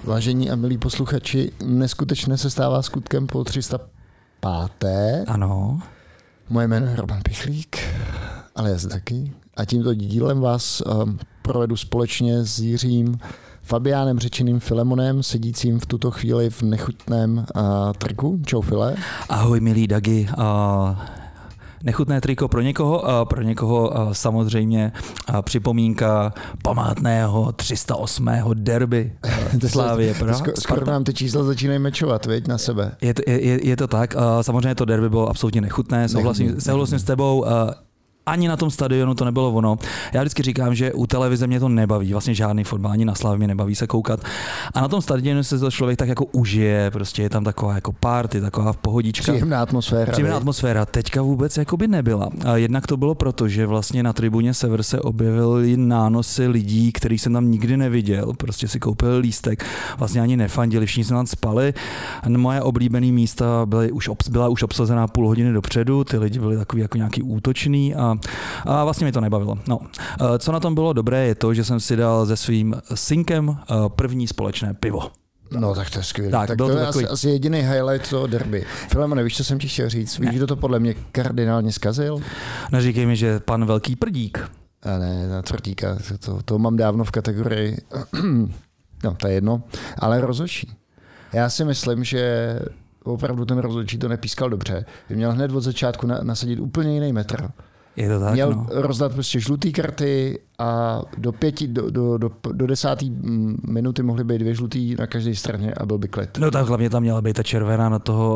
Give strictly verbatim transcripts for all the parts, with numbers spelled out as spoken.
Vážení a milí posluchači, neskutečné se stává skutkem po tři sta pátém Ano. Moje jméno je Roman Pichlík, alias Daky, a tímto dílem vás um, provedu společně s Jiřím Fabiánem řečeným Filemonem, sedícím v tuto chvíli v nechutném uh, triku. Čau, File. Ahoj, milí Dagi. Uh... Nechutné triko pro někoho, a pro někoho samozřejmě připomínka památného tři sta osmého derby Slavie Praha. Skoro nám ty čísla začínají mečovat, viď, na sebe. Je to, je, je to tak, samozřejmě to derby bylo absolutně nechutné, souhlasím, souhlasím s tebou. Ani na tom stadionu to nebylo ono. Já vždycky říkám, že u televize mě to nebaví, vlastně žádný fotbal, ani na Slavii mě nebaví se koukat. A na tom stadionu se to člověk tak jako užije, prostě je tam taková jako party, taková pohodička. Příjemná atmosféra. Příjemná atmosféra. Teďka vůbec jakoby nebyla. A jednak to bylo proto, že vlastně na tribuně Sever se objevily nánosy lidí, který jsem tam nikdy neviděl. Prostě si koupili lístek, vlastně ani nefandili, všichni se tam spali. Moje oblíbené místa byly už, byla už obsazená půl hodiny dopředu, ty lidi byli takový jako nějaký útočný a A vlastně mi to nebavilo. No. Co na tom bylo dobré, je to, že jsem si dal se svým synkem první společné pivo. No tak to je skvělé. Tak, tak to, to je takový... asi, asi jediný highlight toho derby. Filemone, víš, co jsem ti chtěl říct? Víš, kdo to podle mě kardinálně zkazil? Neříkej mi, že pan Velký prdík. A ne, na tvrdíka, to, to, to mám dávno v kategorii, no to je jedno, ale rozhodčí. Já si myslím, že opravdu ten rozhodčí to nepískal dobře. By měl hned od začátku na, nasadit úplně jiný metr. Je to tak, Měl no. rozdat prostě žlutý karty a do pěti, do, do, do, do desátý minuty mohly být dvě žlutý na každé straně a byl by klid. No tak hlavně tam měla být ta červená na toho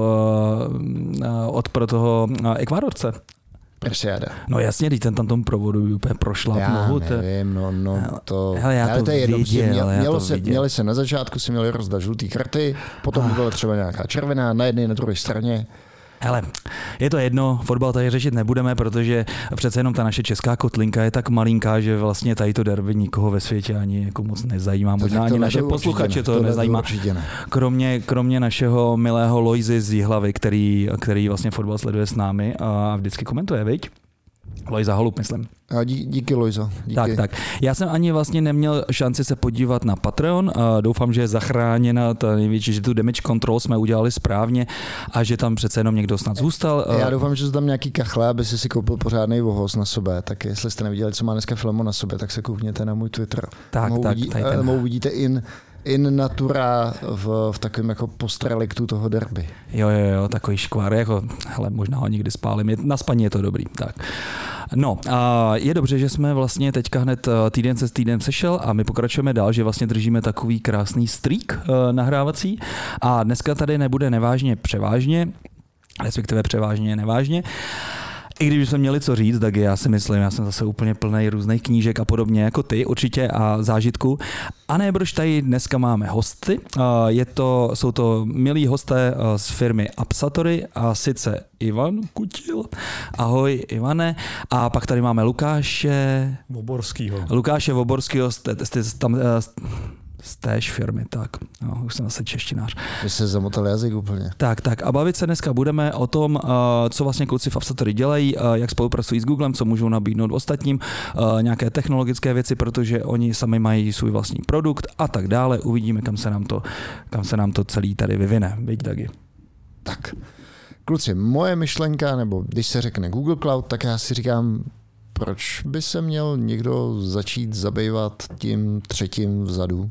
uh, od pro toho uh, Ekvádorce. Presiáda. No jasně, když ten tam tomu provodu úplně prošla. Já nohu, nevím, no, no to... Hele, já ale to, to je jedno, viděl, měl, já mělo to se, viděl. měli se na začátku si měli rozdat žlutý karty, potom ah. byla třeba nějaká červená na jedné na druhé straně. Hele, je to jedno, fotbal tady řešit nebudeme, protože přece jenom ta naše česká kotlinka je tak malinká, že vlastně tady to derby nikoho ve světě ani jako moc nezajímá. Možná ani naše posluchače to, to nezajímá. Ne. Kromě, kromě našeho milého Lojzy z Jihlavy, který, který vlastně fotbal sleduje s námi a vždycky komentuje, viď? Lojza Holub, myslím. A dí, díky, Lojzo. Díky. Tak, tak. Já jsem ani vlastně neměl šanci se podívat na Patreon. Doufám, že je zachráněna ta největší, že tu damage control jsme udělali správně a že tam přece jenom někdo snad zůstal. Já doufám, že jsou tam nějaký kachle, aby si si koupil pořádný vohoz na sobě. Tak jestli jste neviděli, co má dneska Filemon na sobě, tak se koukněte na můj Twitter. Tak, mou tak. Uvidí, ten... mou uvidíte in in natura v, v takovém jako postreliktu toho derby. Jo, jo, jo, takový škvár, jako, hele, možná ho někdy spálím, je, na spaní je to dobrý, tak. No, a je dobře, že jsme vlastně teďka hned týden se s týden sešel a my pokračujeme dál, že vlastně držíme takový krásný streak uh, nahrávací a dneska tady nebude nevážně převážně, respektive převážně nevážně. I když jsme měli co říct, tak já si myslím, já jsem zase úplně plný různých knížek a podobně jako ty určitě a zážitku. A nebrož tady dneska máme hosty. Je to, jsou to milí hosté z firmy Apsatory a sice Ivan Kutil. Ahoj Ivane. A pak tady máme Lukáše Voborskýho. Lukáše Voborskýho, tam z též firmy, tak. No, už jsem zase češtinář. Vy se zamotal jazyk úplně. Tak, tak. A bavit se dneska budeme o tom, co vlastně kluci v Apsatory dělají, jak spolupracují s Googlem, co můžou nabídnout ostatním, nějaké technologické věci, protože oni sami mají svůj vlastní produkt a tak dále. Uvidíme, kam se nám to, kam se nám to celý tady vyvine. Viď, Dagi? Tak. Kluci, moje myšlenka, nebo když se řekne Google Cloud, tak já si říkám, proč by se měl někdo začít zabývat tím třetím vzadu?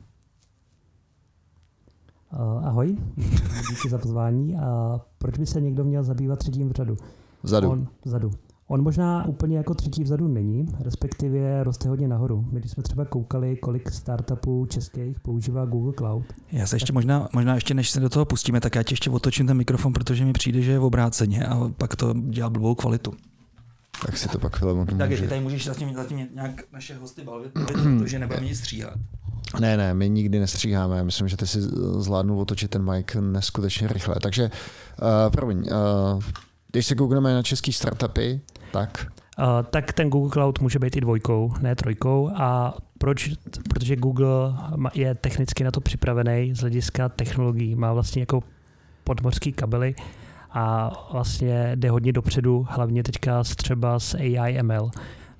Uh, ahoj, díky za pozvání. A proč by se někdo měl zabývat třetím vzadu? Vzadu. On, vzadu. On možná úplně jako třetí vzadu není, respektive roste hodně nahoru. My když jsme třeba koukali, kolik startupů českých používá Google Cloud. Já se ještě možná, možná ještě než se do toho pustíme, tak já ti ještě otočím ten mikrofon, protože mi přijde, že je v obráceně a pak to dělá blbou kvalitu. Tak si to pak Filemon Tak může. ty tady můžeš zatím, zatím nějak naše hosty bavit, protože nebudeme nic stříhat. Ne, ne, my nikdy nestříháme. Myslím, že ty si zvládnul otočit ten mic neskutečně rychle. Takže, uh, promiň, uh, když se googleme na český startupy, tak... Uh, tak ten Google Cloud může být i dvojkou, ne trojkou. A proč? Protože Google je technicky na to připravený z hlediska technologií. Má vlastně jako podmořský kabely a vlastně jde hodně dopředu, hlavně teďka třeba s A I M L.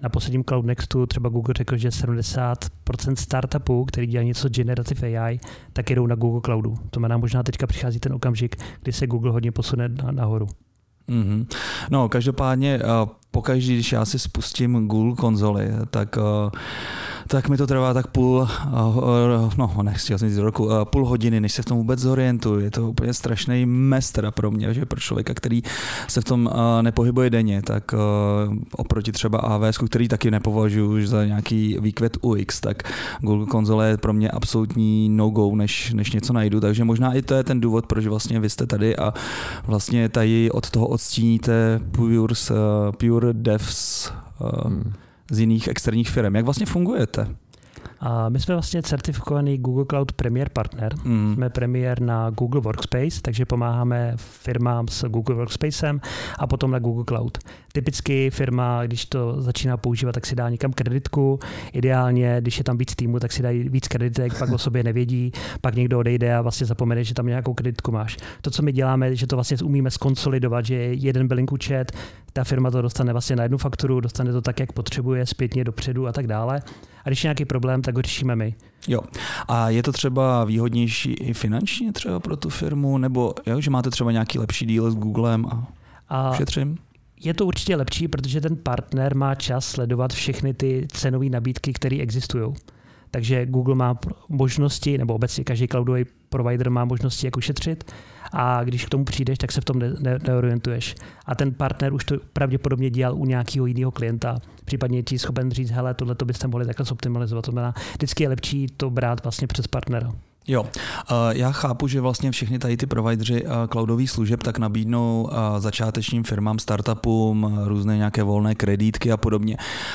Na posledním Cloud Nextu třeba Google řekl, že sedmdesát procent startupů, který dělají něco Generative A I, tak jedou na Google Cloudu. To znamená, možná teďka přichází ten okamžik, kdy se Google hodně posune nahoru. Mm-hmm. No, každopádně pokaždý, když já si spustím Google konzoli, tak, tak mi to trvá tak půl, no nechci, já jsem říct roku, půl hodiny, než se v tom vůbec zorientuju. Je to úplně strašný mes teda pro mě, že pro člověka, který se v tom nepohybuje denně, tak oproti třeba A W S, který taky nepovažuji za nějaký výkvět U X, tak Google konzole je pro mě absolutní no-go, než, než něco najdu, takže možná i to je ten důvod, proč vlastně vy jste tady a vlastně tady od toho odstíníte Pure, Pure Devs hmm. z jiných externích firm. Jak vlastně fungujete? A my jsme vlastně certifikovaný Google Cloud Premier Partner. Mm. Jsme Premier na Google Workspace, takže pomáháme firmám s Google Workspacem a potom na Google Cloud. Typicky firma, když to začíná používat, tak si dá někam kreditku. Ideálně, když je tam víc týmu, tak si dají víc kreditek, pak o sobě nevědí, pak někdo odejde a vlastně zapomene, že tam nějakou kreditku máš. To, co my děláme, že to vlastně umíme skonsolidovat, že je jeden billing účet, ta firma to dostane vlastně na jednu fakturu, dostane to tak, jak potřebuje, zpětně dopředu a tak dále. A když je nějaký problém, tak ho řešíme my. Jo. A je to třeba výhodnější i finančně třeba pro tu firmu, nebo jo, že máte třeba nějaký lepší deal s Googlem a, a šetřím? Je to určitě lepší, protože ten partner má čas sledovat všechny ty cenové nabídky, které existují. Takže Google má možnosti, nebo obecně každý cloudový provider má možnosti, jak ušetřit. A když k tomu přijdeš, tak se v tom ne- ne- neorientuješ. A ten partner už to pravděpodobně dělal u nějakého jiného klienta. Případně je ti schopen říct, hele, tohle to byste mohli takhle zoptimalizovat. To znamená, vždycky je lepší to brát vlastně přes partnera. Jo, já chápu, že vlastně všechny tady ty provideři cloudových služeb tak nabídnou začátečním firmám, startupům různé nějaké volné kredítky a podobně.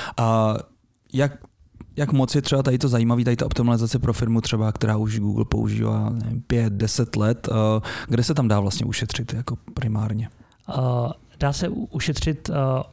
Jak Jak moc je třeba tady to zajímavý, tady ta optimalizace pro firmu třeba, která už Google používá nevím, pět, deset let, kde se tam dá vlastně ušetřit jako primárně? Dá se ušetřit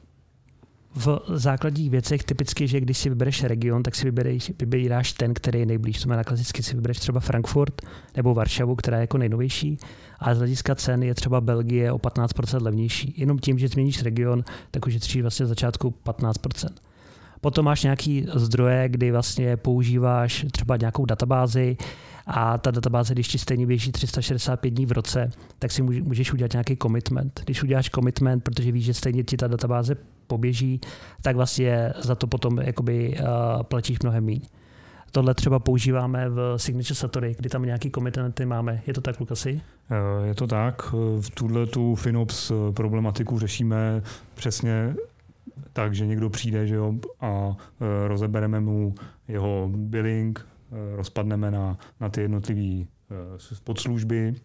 v základních věcech typicky, že když si vybereš region, tak si vybereš, vybíráš ten, který je nejblíž. To znamená, klasicky si vybereš třeba Frankfurt nebo Varšavu, která je jako nejnovější, a z hlediska cen je třeba Belgie o patnáct procent levnější. Jenom tím, že změníš region, tak ušetříš vlastně v začátku patnáct procent. Potom máš nějaký zdroje, kdy vlastně používáš třeba nějakou databázi a ta databáze, když ti stejně běží tři sta šedesát pět dní v roce, tak si můžeš udělat nějaký commitment. Když uděláš commitment, protože víš, že stejně ti ta databáze poběží, tak vlastně za to potom jakoby uh, platíš mnohem míň. Tohle třeba používáme v Signature Satori, kdy tam nějaký commitmenty máme. Je to tak, Lukasi? Je to tak. V tuhle tu FinOps problematiku řešíme přesně tak, že někdo přijde, že jo, a e, rozebereme mu jeho billing, e, rozpadneme na, na ty jednotlivé e, podslužby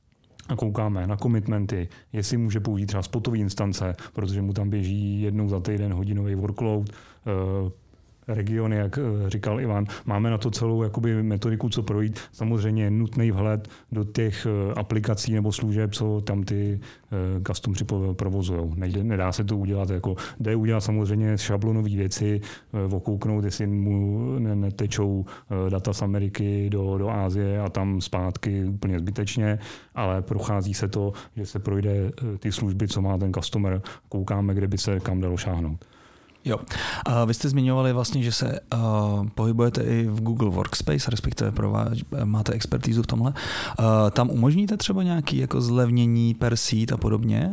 a koukáme na commitmenty, jestli může použít třeba spotové instance, protože mu tam běží jednou za týden hodinový workload, e, regiony, jak říkal Ivan. Máme na to celou jakoby metodiku, co projít. Samozřejmě je nutný vhled do těch aplikací nebo služeb, co tam ty customeři provozují. Nedá se to udělat jako, jde udělat samozřejmě šablonové věci, okouknout, jestli mu netečou data z Ameriky do, do Asie a tam zpátky úplně zbytečně, ale prochází se to, že se projde ty služby, co má ten customer, koukáme, kde by se kam dalo šáhnout. Jo. A vy jste zmiňovali vlastně, že se uh, pohybujete i v Google Workspace, respektive prováž, máte expertízu v tomhle. Uh, tam umožníte třeba nějaké jako zlevnění per seat a podobně?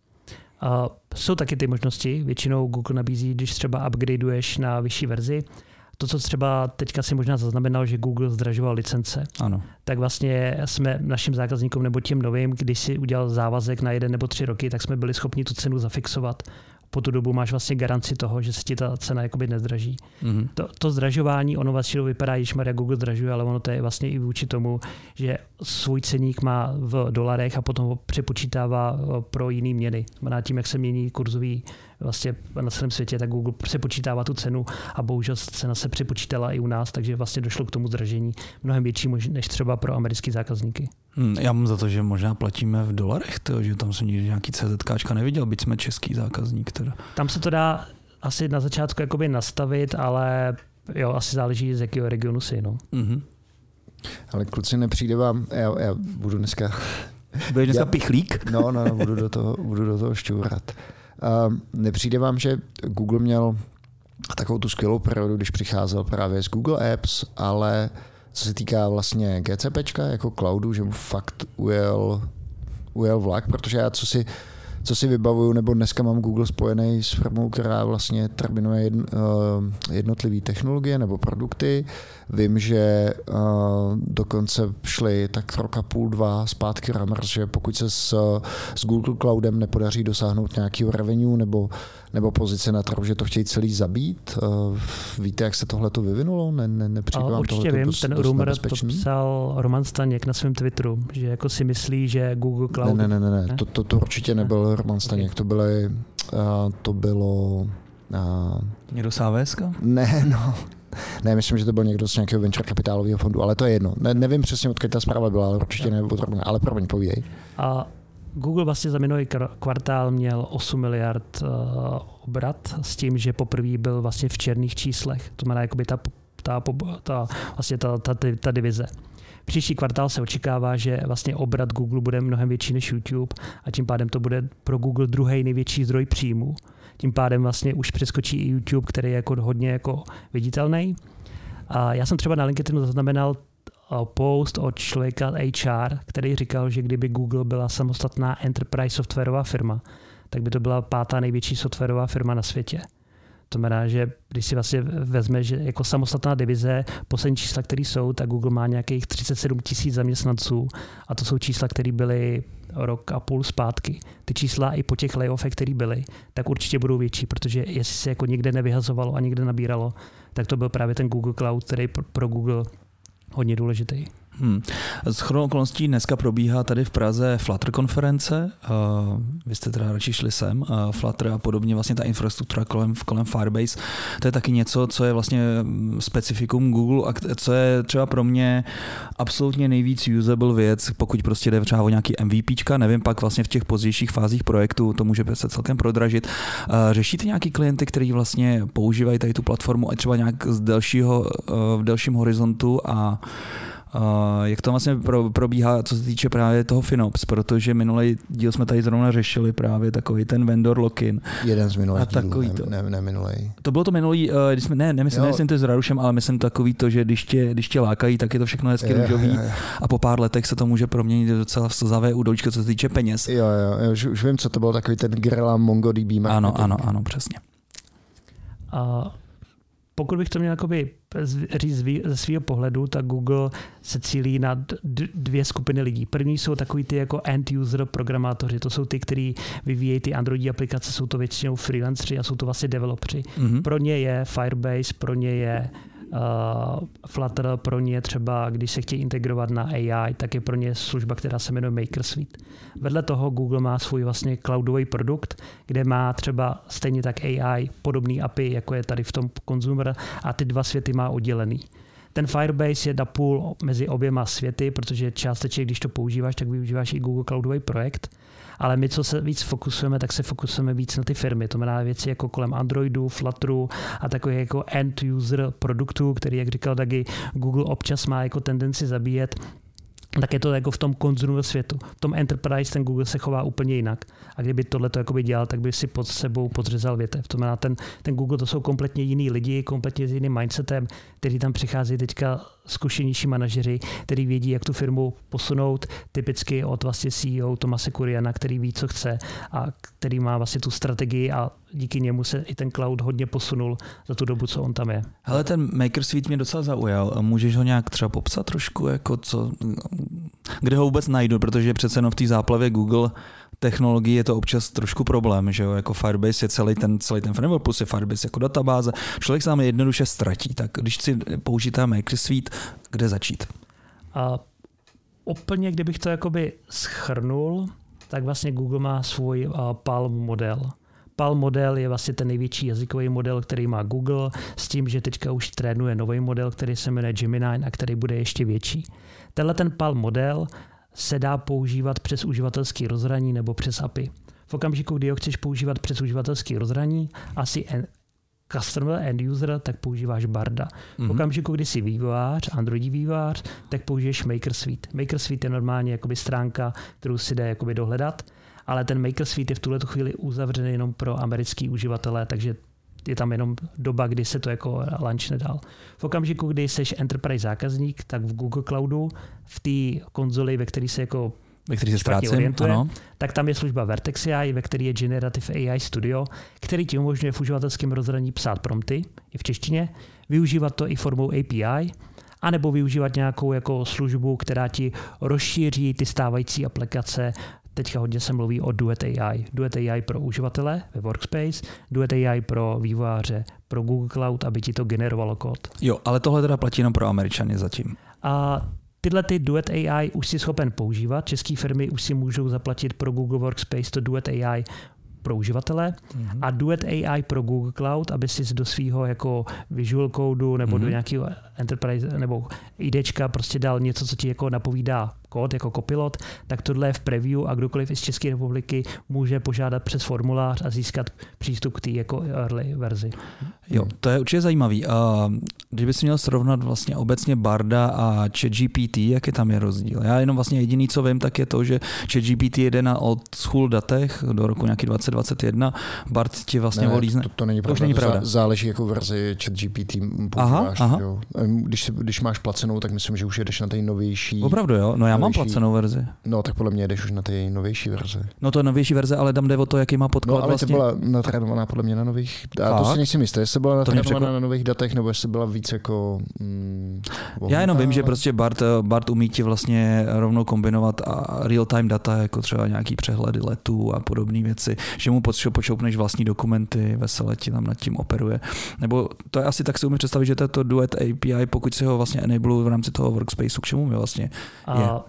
Uh, jsou taky ty možnosti. Většinou Google nabízí, když třeba upgradeuješ na vyšší verzi. To, co třeba teďka si možná zaznamenal, že Google zdražoval licence, ano. Tak vlastně jsme našim zákazníkům nebo těm novým, když si udělal závazek na jeden nebo tři roky, tak jsme byli schopni tu cenu zafixovat. Po tu dobu máš vlastně garanci toho, že se ti ta cena jakoby nezdraží. Mm-hmm. To, to zdražování, ono vlastně vypadá, ježmarja Google zdražuje, ale ono to je vlastně i vůči tomu, že svůj ceník má v dolarech a potom ho přepočítává pro jiný měny. Znamená tím, jak se mění kurzový vlastně na celém světě, tak Google přepočítává tu cenu a bohužel cena se přepočítala i u nás, takže vlastně došlo k tomu zdražení mnohem větší než třeba pro americké zákazníky. Hmm, já mám za to, že možná platíme v dolarech, to, že tam jsem nikdy nějaký CZKčka neviděl, byť jsme český zákazník. Teda. Tam se to dá asi na začátku jakoby nastavit, ale jo, asi záleží, z jakého regionu si. No. Mm-hmm. Ale kluci, nepřijde vám, já, já budu dneska... Budeš dneska já, pichlík? No, no, no, budu do toho, budu do toho šťourat. Uh, nepřijde vám, že Google měl takovou tu skvělou periodu, když přicházel právě z Google Apps, ale co se týká vlastně GCPčka jako cloudu, že mu fakt ujel, ujel vlak, protože já co si, co si vybavuju, nebo dneska mám Google spojený s firmou, která vlastně terminuje jednotlivé technologie nebo produkty. Vím, že uh, dokonce šli tak roka půl, dva zpátky Ramers, že pokud se s, s Google Cloudem nepodaří dosáhnout nějakého revenue nebo, nebo pozice na trhu, že to chtějí celý zabít. Uh, víte, jak se tohle to vyvinulo? Ne, ne, nepřijde vám určitě vím, dost, ten dost rumor to psal Roman Staněk na svém Twitteru, že jako si myslí, že Google Cloud... Ne, ne, ne, ne, ne. To, to, to určitě nebyl Roman Staněk, okay. to, byly, uh, to bylo... Uh, Někdo z á vé eska? Ne, no... Ne, myslím, že to byl někdo z nějakého venture kapitálového fondu, ale to je jedno. Ne, nevím přesně, odkud ta zpráva byla, ale určitě nebylo podrobné, ale promiň, povídej. A Google vlastně za minulý kvartál měl osm miliard uh, obrat s tím, že poprvé byl vlastně v černých číslech. To znamená, jakoby ta, ta, ta, vlastně ta, ta, ta, ta divize. Příští kvartál se očekává, že vlastně obrat Google bude mnohem větší než YouTube a tím pádem to bude pro Google druhý největší zdroj příjmů. Tím pádem vlastně už přeskočí i YouTube, který je jako hodně jako viditelný. A já jsem třeba na LinkedInu zaznamenal post od člověka H R, který říkal, že kdyby Google byla samostatná enterprise softwarová firma, tak by to byla pátá největší softwarová firma na světě. To znamená, že když si vlastně vezme, že jako samostatná divize, poslední čísla, které jsou, tak Google má nějakých třicet sedm tisíc zaměstnanců a to jsou čísla, které byly rok a půl zpátky. Ty čísla i po těch layoffech, které byly, tak určitě budou větší, protože jestli se jako nikde nevyhazovalo a nikde nabíralo, tak to byl právě ten Google Cloud, který pro Google hodně důležitý. Hmm. Z shodou okolností dneska probíhá tady v Praze Flutter konference. Uh, vy jste teda radši šli sem. Uh, Flutter a podobně, vlastně ta infrastruktura kolem, kolem Firebase. To je taky něco, co je vlastně specifikum Google a co je třeba pro mě absolutně nejvíc usable věc, pokud prostě jde třeba o nějaký MVPčka, nevím, pak vlastně v těch pozdějších fázích projektu to může se celkem prodražit. Uh, řešíte nějaký klienty, kteří vlastně používají tady tu platformu a třeba nějak z delšího, uh, v delším horizontu a Uh, jak to vlastně pro, probíhá, co se týče právě toho FinOps, protože minulý díl jsme tady zrovna řešili právě takový ten vendor lock-in. Jeden z minulých dílů, ne, to, ne, ne minulý. To bylo to minulý, uh, když jsme, ne, nemyslím, nemyslím to s Radušem, ale myslím takový to, že když tě, když tě lákají, tak je to všechno hezky růžový a po pár letech se to může proměnit docela v slzavé údolčko, co se týče peněz. Jo, jo, už, už vím, co to bylo, takový ten Grela MongoDB marketing. Ano, ano, ano, přesně. Uh, Pokud bych to měl říct ze svého pohledu, tak Google se cílí na dvě skupiny lidí. První jsou takový ty jako end-user programátoři. To jsou ty, kteří vyvíjejí ty Androidové aplikace, jsou to většinou freelanceri a jsou to vlastně developři. Mm-hmm. Pro ně je Firebase, pro ně je uh, Flutter, pro ně třeba, když se chtějí integrovat na A I, tak je pro ně služba, která se jmenuje MakerSuite. Vedle toho Google má svůj vlastně cloudový produkt, kde má třeba stejně tak A I podobný A P I, jako je tady v tom Consumer, a ty dva světy má oddělený. Ten Firebase je napůl mezi oběma světy, protože částečně, když to používáš, tak využíváš i Google Cloudový projekt. Ale my, co se víc fokusujeme, tak se fokusujeme víc na ty firmy. To znamená věci jako kolem Androidu, Flutteru a takových jako end-user produktů, který, jak říkal Dagi, Google občas má jako tendenci zabíjet. Tak je to jako v tom konzumu světu. V tom enterprise ten Google se chová úplně jinak. A kdyby tohle to dělal, tak by si pod sebou podřezal větev. To znamená, ten, ten Google to jsou kompletně jiný lidi, kompletně s jiným mindsetem, který tam přichází teďka zkušenější manažeři, který vědí, jak tu firmu posunout, typicky od vlastně C E O Tomase Kuriana, který ví, co chce a který má vlastně tu strategii a díky němu se i ten cloud hodně posunul za tu dobu, co on tam je. Hele, ten MakerSuite mě docela zaujal. Můžeš ho nějak třeba popsat trošku, jako co, kde ho vůbec najdu, protože přece jenom v té záplavě Google technologií je to občas trošku problém, že jo, jako Firebase je celý ten, celý ten framework, plus je Firebase jako databáze. Člověk se tam jednoduše ztratí, tak když si použijete MakerSuite, kde začít? A úplně, kdybych to jakoby schrnul, tak vlastně Google má svůj uh, Palm model. Palm model je vlastně ten největší jazykový model, který má Google, s tím, že teďka už trénuje nový model, který se jmenuje Gemini a který bude ještě větší. Tenhle ten Palm model se dá používat přes uživatelský rozhraní nebo přes A P I. V okamžiku, kdy ho chceš používat přes uživatelský rozhraní, asi en, customer, end user, tak používáš Barda. Mm-hmm. V okamžiku, kdy jsi vývojář, Androidí vývojář, tak použiješ MakerSuite. MakerSuite je normálně jakoby stránka, kterou si jde jakoby dohledat, ale ten MakerSuite je v tuhle chvíli uzavřený jenom pro americký uživatele, takže je tam jenom doba, kdy se to jako launch nedal. V okamžiku, kdy jsi enterprise zákazník, tak v Google Cloudu, v té konzoli, ve které se jako ve který se ztrácím, ano. Tak tam je služba Vertex A I, ve které je Generative A I Studio, který ti umožňuje v uživatelském rozhraní psát prompty, i v češtině, využívat to i formou A P I, anebo využívat nějakou jako službu, která ti rozšíří ty stávající aplikace. Teďka hodně se mluví o Duet A I. Duet A I pro uživatele ve Workspace, Duet A I pro vývojáře, pro Google Cloud, aby ti to generovalo kód. Jo, ale tohle teda platí jenom pro Američany zatím. A tyhle ty Duet A I už si schopen používat. České firmy už si můžou zaplatit pro Google Workspace to Duet A I pro uživatele mm-hmm. a Duet A I pro Google Cloud, aby si do svého jako Visual Codeu nebo mm-hmm. do nějakého Enterprise nebo IDčka prostě dal něco, co ti jako napovídá kód jako copilot, tak tohle je v preview a kdokoliv i z České republiky může požádat přes formulář a získat přístup k té jako early verzi. Jo, to je určitě zajímavý. A kdybys měl srovnat vlastně obecně Barda a ChatGPT, jaký tam je rozdíl? Já jenom vlastně jediný, co vím, tak je to, že ChatGPT jede na old school datech do roku nějaký dvacet dvacet jedna, Bard ti vlastně ne, volí... To, to není pravda, to, není pravda. Záleží, jakou verzi ChatGPT používáš. Aha, aha. Jo. Když, když máš placenou, tak myslím, že už jedeš na té novější. Opravdu jo? No já mám placenou verzi. No tak podle mě jedeš už na té novější verzi. No to je novější verze, ale tam jde o to, jaký má podklad. No ale vlastně. to byla natrénovaná podle mě na nových. A to si nejsem jistý, jestli byla natrénovaná na nových datech, nebo jestli byla víc jako... Mm, já jenom vím, že prostě Bard, Bard umí ti vlastně rovnou kombinovat a real-time data, jako třeba nějaký přehledy letů a podobné věci, že mu počoupneš vlastní dokumenty, veselé ti tam nad tím operuje. Nebo to je asi tak si umím představit, že to je to Duet A P I, pokud si ho vlastně enabluju v rámci toho workspaceu, k čemu mi vlastně je. A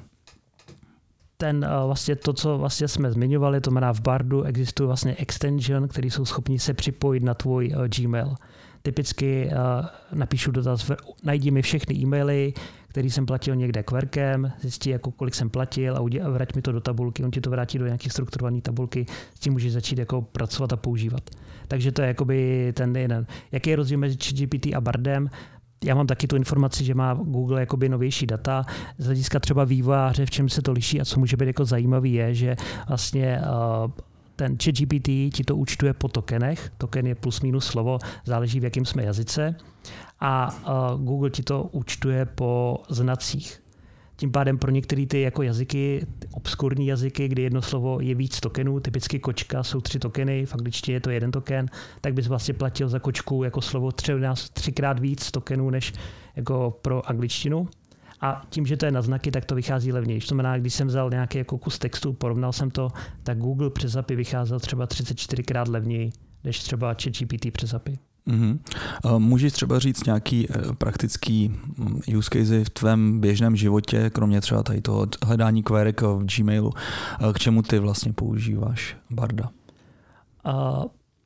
ten vlastně to, co vlastně jsme zmiňovali, to znamená v Bardu existuje vlastně extension, který jsou schopni se připojit na tvůj uh, Gmail. Typicky uh, napíšu dotaz, najdi mi všechny e-maily, který jsem platil někde kverkem, zjistí, jako kolik jsem platil a, udě, a vrať mi to do tabulky. On ti to vrátí do nějaké strukturované tabulky, s tím můžeš začít jako pracovat a používat. Takže to je jakoby ten jeden. Jaký je rozdíl mezi ChatGPT a Bardem? Já mám taky tu informaci, že má Google jakoby novější data. Z hlediska třeba vývojáře, v čem se to liší a co může být jako zajímavý je, že vlastně uh, ten ChatGPT ti to účtuje po tokenech. Token je plus minus slovo, záleží v jakém jsme jazyce. A uh, Google ti to účtuje po znacích. Tím pádem pro některé ty jako jazyky, obskurní jazyky, kdy jedno slovo je víc tokenů, typicky kočka jsou tři tokeny, v angličtině je to jeden token, tak bys vlastně platil za kočku jako slovo tři, třikrát víc tokenů než jako pro angličtinu. A tím, že to je na znaky, tak to vychází levněji. To znamená, když jsem vzal nějaký jako kus textu, porovnal jsem to, tak Google přes A P I vycházel třeba třicet čtyřikrát levněji než třeba ChatGPT přes A P I. Mm-hmm. Můžeš třeba říct nějaký praktický use case v tvém běžném životě, kromě třeba tady toho hledání kvérek v Gmailu, k čemu ty vlastně používáš Barda? Uh,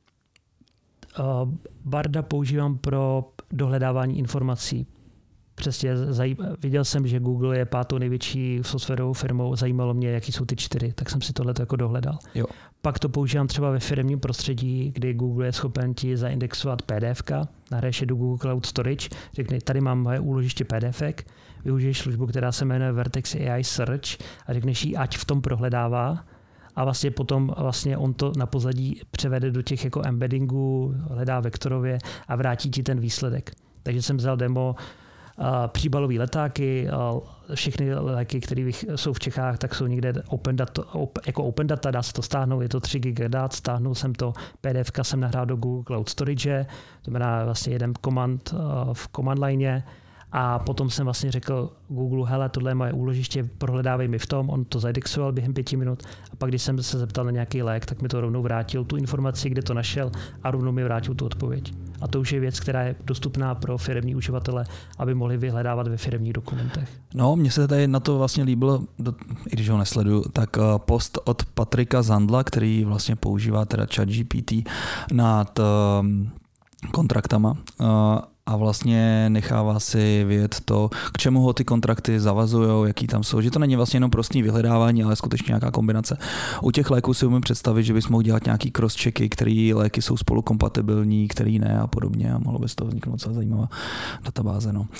uh, Barda používám pro dohledávání informací. Přesně, zajím, viděl jsem, že Google je pátou největší softwarovou firmou, zajímalo mě, jaký jsou ty čtyři, tak jsem si tohle jako dohledal. Jo. Pak to používám třeba ve firemním prostředí, kdy Google je schopen ti zaindexovat PDFka, nahraješ je do Google Cloud Storage, řekne, tady mám moje úložiště PDFek, využiješ službu, která se jmenuje Vertex A I Search a řekneš jí, ať v tom prohledává a vlastně potom vlastně on to na pozadí převede do těch jako embeddingů, hledá vektorově a vrátí ti ten výsledek. Takže jsem vzal demo Uh, příbalové letáky, uh, všechny léky, které jsou v Čechách, tak jsou někde open data, op, jako open data, dá se to stáhnout, je to tři giga dat, stáhnul jsem to, PDFka jsem nahrál do Google Cloud Storage, to znamená vlastně jeden command uh, v command line a potom jsem vlastně řekl Google, hele, tohle je moje úložiště, prohledávej mi v tom, on to zaindexoval během pěti minut a pak, když jsem se zeptal na nějaký lék, tak mi to rovnou vrátil tu informaci, kde to našel a rovnou mi vrátil tu odpověď. A to už je věc, která je dostupná pro firemní uživatele, aby mohli vyhledávat ve firemních dokumentech. No, mně se tady na to vlastně líbilo, i když ho nesleduju, tak post od Patrika Zandla, který vlastně používá teda ChatGPT nad kontraktama a vlastně nechává si vědět to, k čemu ho ty kontrakty zavazujou, jaký tam jsou, že to není vlastně jenom prostý vyhledávání, ale skutečně nějaká kombinace. U těch léků si umím představit, že bys mohl dělat nějaký cross-checky, který léky jsou spolu kompatibilní, který ne a podobně a mohlo by z toho vzniknout docela zajímavá databáze. No.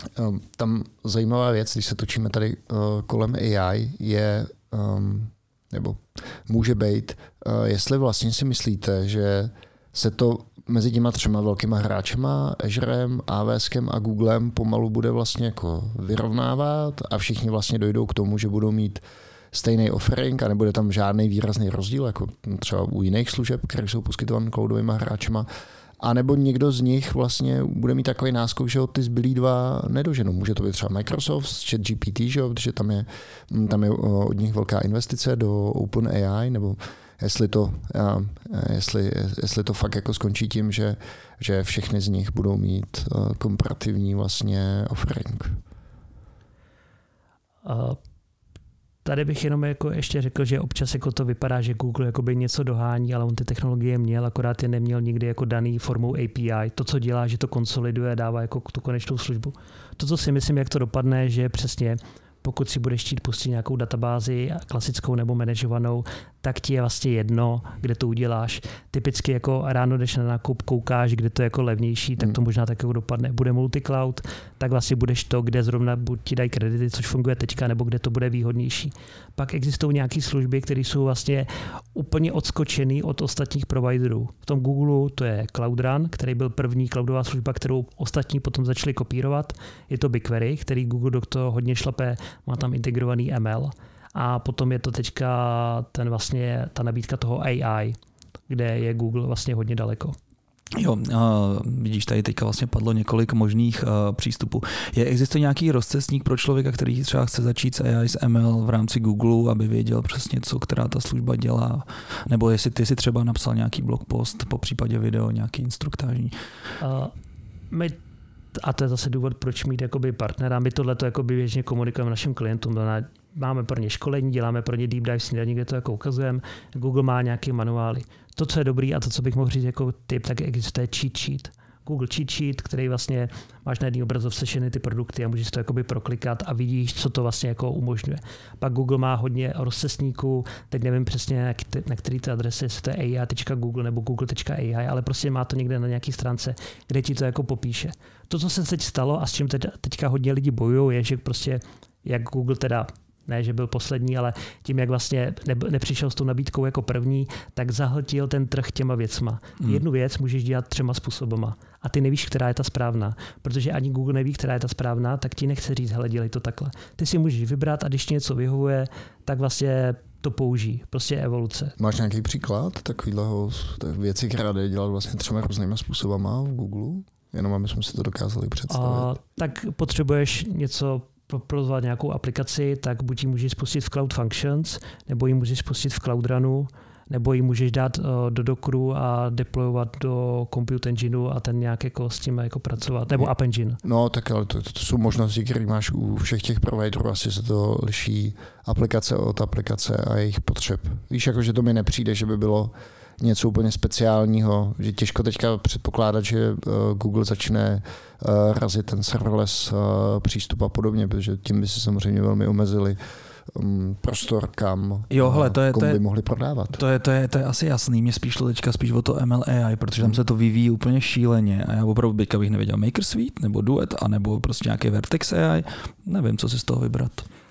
Tam zajímavá věc, když se točíme tady kolem A I, je um, nebo může být. Jestli vlastně si myslíte, že se to mezi těma třema velkýma hráčema, Azurem, AWSkem a Googlem pomalu bude vlastně jako vyrovnávat a všichni vlastně dojdou k tomu, že budou mít stejný offering a nebude tam žádný výrazný rozdíl, jako třeba u jiných služeb, které jsou poskytovány cloudovými hráčema, a nebo někdo z nich vlastně bude mít takový náskok, že ho ty zbylí dva nedoženou. Může to být třeba Microsoft s ChatGPT, že jo, protože tam je, tam je od nich velká investice do OpenAI, nebo jestli to, jestli, jestli to fakt jako skončí tím, že, že všechny z nich budou mít komparativní vlastně offering. Uh. Tady bych jenom jako ještě řekl, že občas jako to vypadá, že Google jakoby něco dohání, ale on ty technologie měl, akorát je neměl nikdy jako daný formou A P I. To, co dělá, že to konsoliduje, dává jako tu konečnou službu. To, co si myslím, jak to dopadne, že přesně pokud si budeš chtít pustit nějakou databázi, klasickou nebo manažovanou, tak ti je vlastně jedno, kde to uděláš. Typicky jako ráno jdeš na nákup, koukáš, kde to je jako levnější, tak to možná tak jako dopadne. Bude multicloud, tak vlastně budeš to, kde zrovna buď ti dají kredity, což funguje teďka, nebo kde to bude výhodnější. Pak existují nějaké služby, které jsou vlastně úplně odskočený od ostatních providerů. V tom Google to je Cloud Run, který byl první cloudová služba, kterou ostatní potom začali kopírovat. Je to BigQuery, který Google do toho hodně šlape, má tam integrovaný M L. A potom je to teďka ten vlastně, ta nabídka toho A I, kde je Google vlastně hodně daleko. Jo, uh, vidíš, tady teďka vlastně padlo několik možných uh, přístupů. Je, existuje nějaký rozcestník pro člověka, který třeba chce začít s A I, s M L v rámci Google, aby věděl přesně, co která ta služba dělá? Nebo jestli ty si třeba napsal nějaký blog post, po případě video, nějaký instruktážní? Uh, my A to je zase důvod, proč mít jakoby partnera. My tohle to běžně komunikujeme našim klientům. Máme pro ně školení, děláme pro ně deep dive snídaní, kde to jako ukazujeme. Google má nějaké manuály. To, co je dobrý a to, co bych mohl říct jako tip, tak existuje cheat sheet. Google cheat sheet, který vlastně máš na jedné obrazovce všechny ty produkty a můžeš to jakoby proklikat a vidíš, co to vlastně jako umožňuje. Pak Google má hodně rozcestníků, teď nevím přesně, na který ty adresy, jestli to je A I tečka google nebo google tečka A I, ale prostě má to někde na nějaký stránce, kde ti to jako popíše. To, co se teď stalo a s čím teď, teďka hodně lidí bojují, je, že prostě jak Google teda ne, že byl poslední, ale tím, jak vlastně nepřišel s tou nabídkou jako první, tak zahltil ten trh těma věcma. Hmm. Jednu věc můžeš dělat třema způsobama a ty nevíš, která je ta správná. Protože ani Google neví, která je ta správná, tak ti nechce říct, hele, dělej to takhle. Ty si můžeš vybrat a když ti něco vyhovuje, tak vlastně to použij. Prostě evoluce. Máš nějaký příklad takového věci, která jde dělat vlastně třema různýma způsobama v Google? Jenom aby jsme si to dokázali představit. A, tak potřebuješ něco provozovat nějakou aplikaci, tak buď ji můžeš spustit v Cloud Functions, nebo ji můžeš spustit v Cloud Runu, nebo ji můžeš dát do Dockeru a deployovat do Compute Engineu a ten nějak jako s tím jako pracovat, nebo App Engine. No tak ale to, to jsou možnosti, které máš u všech těch providerů, asi se to liší aplikace od aplikace a jejich potřeb. Víš, jako že to mi nepřijde, že by bylo něco úplně speciálního, že těžko teďka předpokládat, že Google začne razit ten serverless přístup a podobně, protože tím by si samozřejmě velmi omezili prostor, kam jo, hele, to je, komu to je, by mohli prodávat. To je, to, je, to je asi jasný. Mě spíš to teďka spíš o to M L A I, protože tam se to vyvíjí úplně šíleně a já opravdu teďka bych nevěděl Maker Suite nebo Duet, anebo prostě nějaký Vertex A I. Nevím, co si z toho vybrat.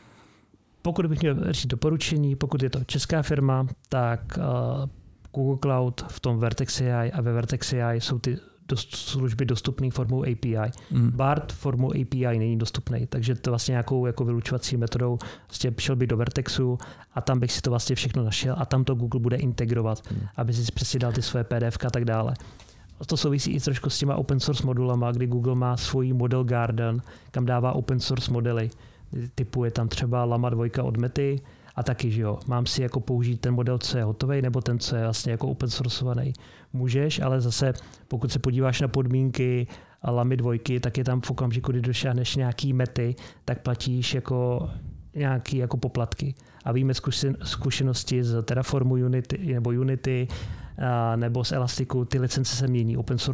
Pokud bych měl říct doporučení, pokud je to česká firma, tak uh, Google Cloud v tom Vertex A I a ve Vertex A I jsou ty dost, služby dostupné formou A P I. Mm. Bard formou A P I není dostupný, takže to vlastně nějakou jako vylučovací metodou vlastně šel by do Vertexu a tam bych si to vlastně všechno našel a tam to Google bude integrovat, mm. aby si přesně dal ty svoje P D F a tak dále. To souvisí i trošku s těma open source modulama, kdy Google má svůj model Garden, kam dává open source modely. Typu je tam třeba Llama dva od Mety, a taky, že jo, mám si jako použít ten model, co je hotový, nebo ten, co je vlastně jako open sourceovaný. Můžeš, ale zase, pokud se podíváš na podmínky a Llamy dvojky, tak je tam v okamžiku, kdy došáhneš nějaký mety, tak platíš jako nějaký jako poplatky. A víme zkušenosti z Terraformu Unity, nebo Unity, a nebo z Elasticu, ty licence se mění open sourceu.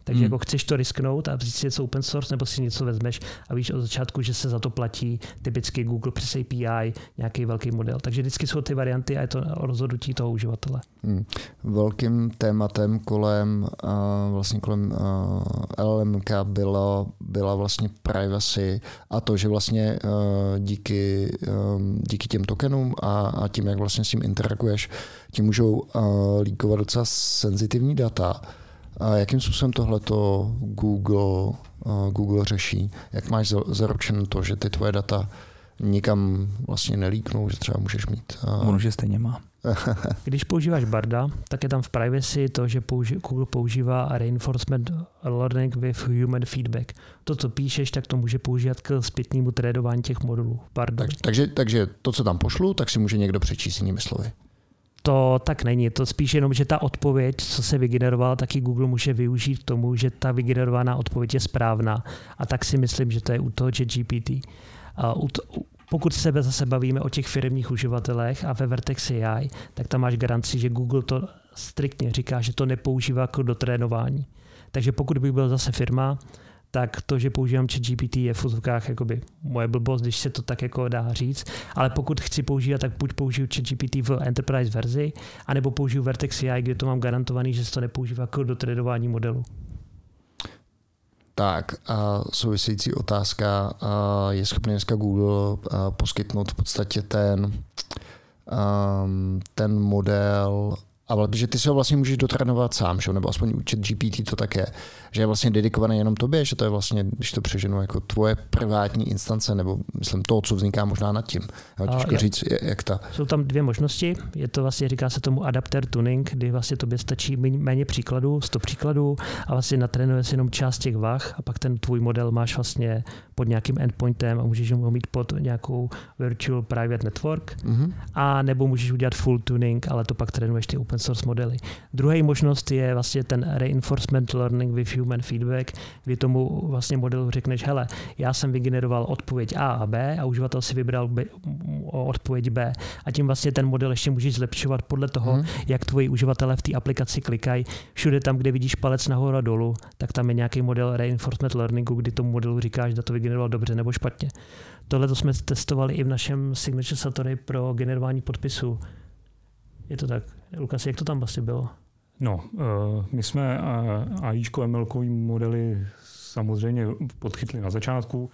Takže hmm. jako chceš to risknout a vzít si něco open source, nebo si něco vezmeš a víš od začátku, že se za to platí typicky Google přes A P I, nějaký velký model. Takže vždycky jsou ty varianty a je to rozhodnutí toho uživatele. Hmm. Velkým tématem kolem uh, vlastně kolem uh, L L M K byla, byla vlastně privacy a to, že vlastně uh, díky, um, díky těm tokenům a, a tím, jak vlastně s tím interaguješ, tím můžou uh, líkovat docela senzitivní data. A jakým způsobem tohleto Google, uh, Google řeší? Jak máš zaručeno to, že ty tvoje data nikam vlastně nelíknou, že třeba můžeš mít... Uh... Ono, že stejně má. Když používáš Barda, tak je tam v privacy to, že použi- Google používá reinforcement learning with human feedback. To, co píšeš, tak to může používat k zpětnému trédování těch modulů. Tak, takže, takže to, co tam pošlu, tak si může někdo přečíst jinými slovy. To tak není. To spíš jenom, že ta odpověď, co se vygenerovala, taky Google může využít k tomu, že ta vygenerovaná odpověď je správná. A tak si myslím, že to je u toho ChatGPT. Pokud se zase bavíme o těch firemních uživatelech a ve Vertex A I, tak tam máš garanci, že Google to striktně říká, že to nepoužívá k dotrénování. Takže pokud bych byl zase firma, tak to, že používám ChatGPT, je v úzovkách jakoby moje blbost, když se to tak jako dá říct. Ale pokud chci používat, tak buď použiju ChatGPT v Enterprise verzi, anebo použiju Vertex A I, kde to mám garantovaný, že se to nepoužívá k dotrénování modelu. Tak a související otázka, je schopný dneska Google poskytnout v podstatě ten, ten model, ale protože ty se ho vlastně můžeš dotrénovat sám, že? Nebo aspoň u ChatGPT to tak je, že je vlastně dedikovaný jenom tobě, že to je vlastně, když to přeženu, jako tvoje privátní instance, nebo myslím to, co vzniká možná nad tím. Jo, těžko je, říct, jak ta. Jsou tam dvě možnosti, je to vlastně, říká se tomu adapter tuning, kdy vlastně tobě stačí méně příkladů, sto příkladů a vlastně natrénuje si jenom část těch vah a pak ten tvůj model máš vlastně pod nějakým endpointem a můžeš ho mít pod nějakou virtual private network, mm-hmm. a nebo můžeš udělat full tuning, ale to pak trénuješ ty open source modely. Druhá možnost je vlastně ten reinforcement learning with human feedback, kdy tomu vlastně modelu řekneš, hele, já jsem vygeneroval odpověď A a B a uživatel si vybral B, odpověď B a tím vlastně ten model ještě můžeš zlepšovat podle toho, hmm. jak tvoji uživatelé v té aplikaci klikají. Všude tam, kde vidíš palec nahoru a dolů, tak tam je nějaký model reinforcement learningu, kdy tomu modelu říkáš, že to vygeneroval dobře nebo špatně. Tohle to jsme testovali i v našem Signature Satori pro generování podpisů. Je to tak. Lukas, jak to tam vlastně bylo? No, my jsme AIčko em elkový modely samozřejmě podchytli na začátku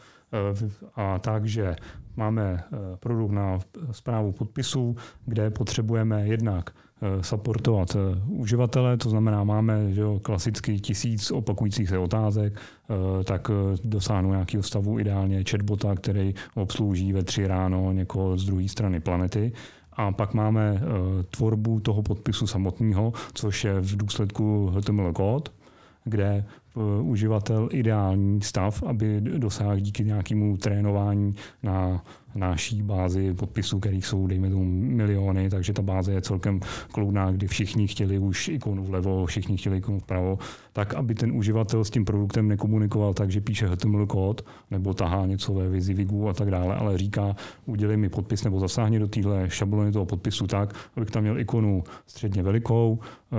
a takže máme produkt na správu podpisů, kde potřebujeme jednak supportovat uživatele, to znamená, máme že jo, klasicky tisíc opakujících se otázek, tak dosáhnu nějakého stavu ideálně chatbota, který obslouží ve tři ráno někoho z druhé strany planety. A pak máme uh, tvorbu toho podpisu samotného, což je v důsledku H T M L kód, kde uh, uživatel ideální stav, aby dosáhl díky nějakému trénování na naší bázi podpisů, kterých jsou, dejme tomu, miliony, takže ta báze je celkem kloudná, kdy všichni chtěli už ikonu vlevo, všichni chtěli ikonu vpravo, tak aby ten uživatel s tím produktem nekomunikoval tak, že píše H T M L kód nebo tahá něco ve Vizivigu a tak dále, ale říká, udělej mi podpis nebo zasáhni do téhle šablony toho podpisu tak, abych tam měl ikonu středně velikou,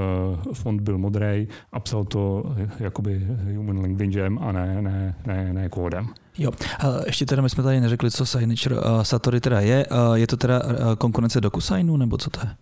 font byl modrej a psal to jakoby human languagem a ne, ne, ne, ne kódem. Jo, ještě teda my jsme tady neřekli, co Signature Satori teda je. Je to teda konkurence DocuSignu, nebo co to je?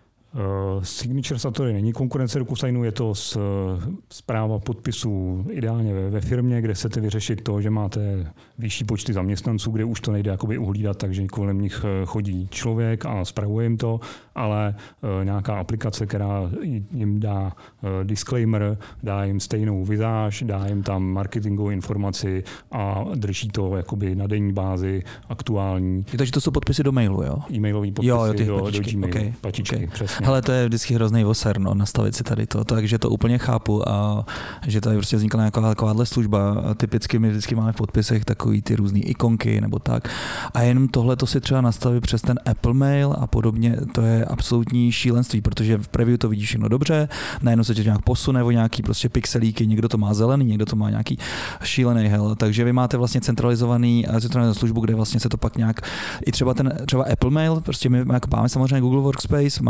Uh, Signature Satori není konkurence DocuSignu, je to z, správa podpisů ideálně ve, ve firmě, kde chcete vyřešit to, že máte vyšší počty zaměstnanců, kde už to nejde jakoby uhlídat, takže kolem nich chodí člověk a spravuje jim to, ale uh, nějaká aplikace, která jim dá uh, disclaimer, dá jim stejnou vizáž, dá jim tam marketingovou informaci a drží to jakoby na denní bázi aktuální. Takže to jsou podpisy do mailu, jo? E-mailový podpisy jo, jo, do, patičky. do Gmailu. Okay. Patičky, okay. Přesně. Hele, to je vždycky hrozný voser, no, nastavit si tady to, takže to úplně chápu a že tady prostě vznikla nějaká takováhle služba. Typicky my vždycky máme v podpisech takový ty různý ikonky nebo tak. A jenom tohle to si třeba nastavit přes ten Apple Mail a podobně, to je absolutní šílenství, protože v preview to vidíš všechno dobře, najednou se tě nějak posune o nějaký prostě pixelíky, někdo to má zelený, někdo to má nějaký šílený hell, takže vy máte vlastně centralizovaný centralizovanou službu, kde vlastně se to pak nějak i třeba ten třeba Apple Mail, prostě my jako máme samozřejmě Google Workspace, máme jsme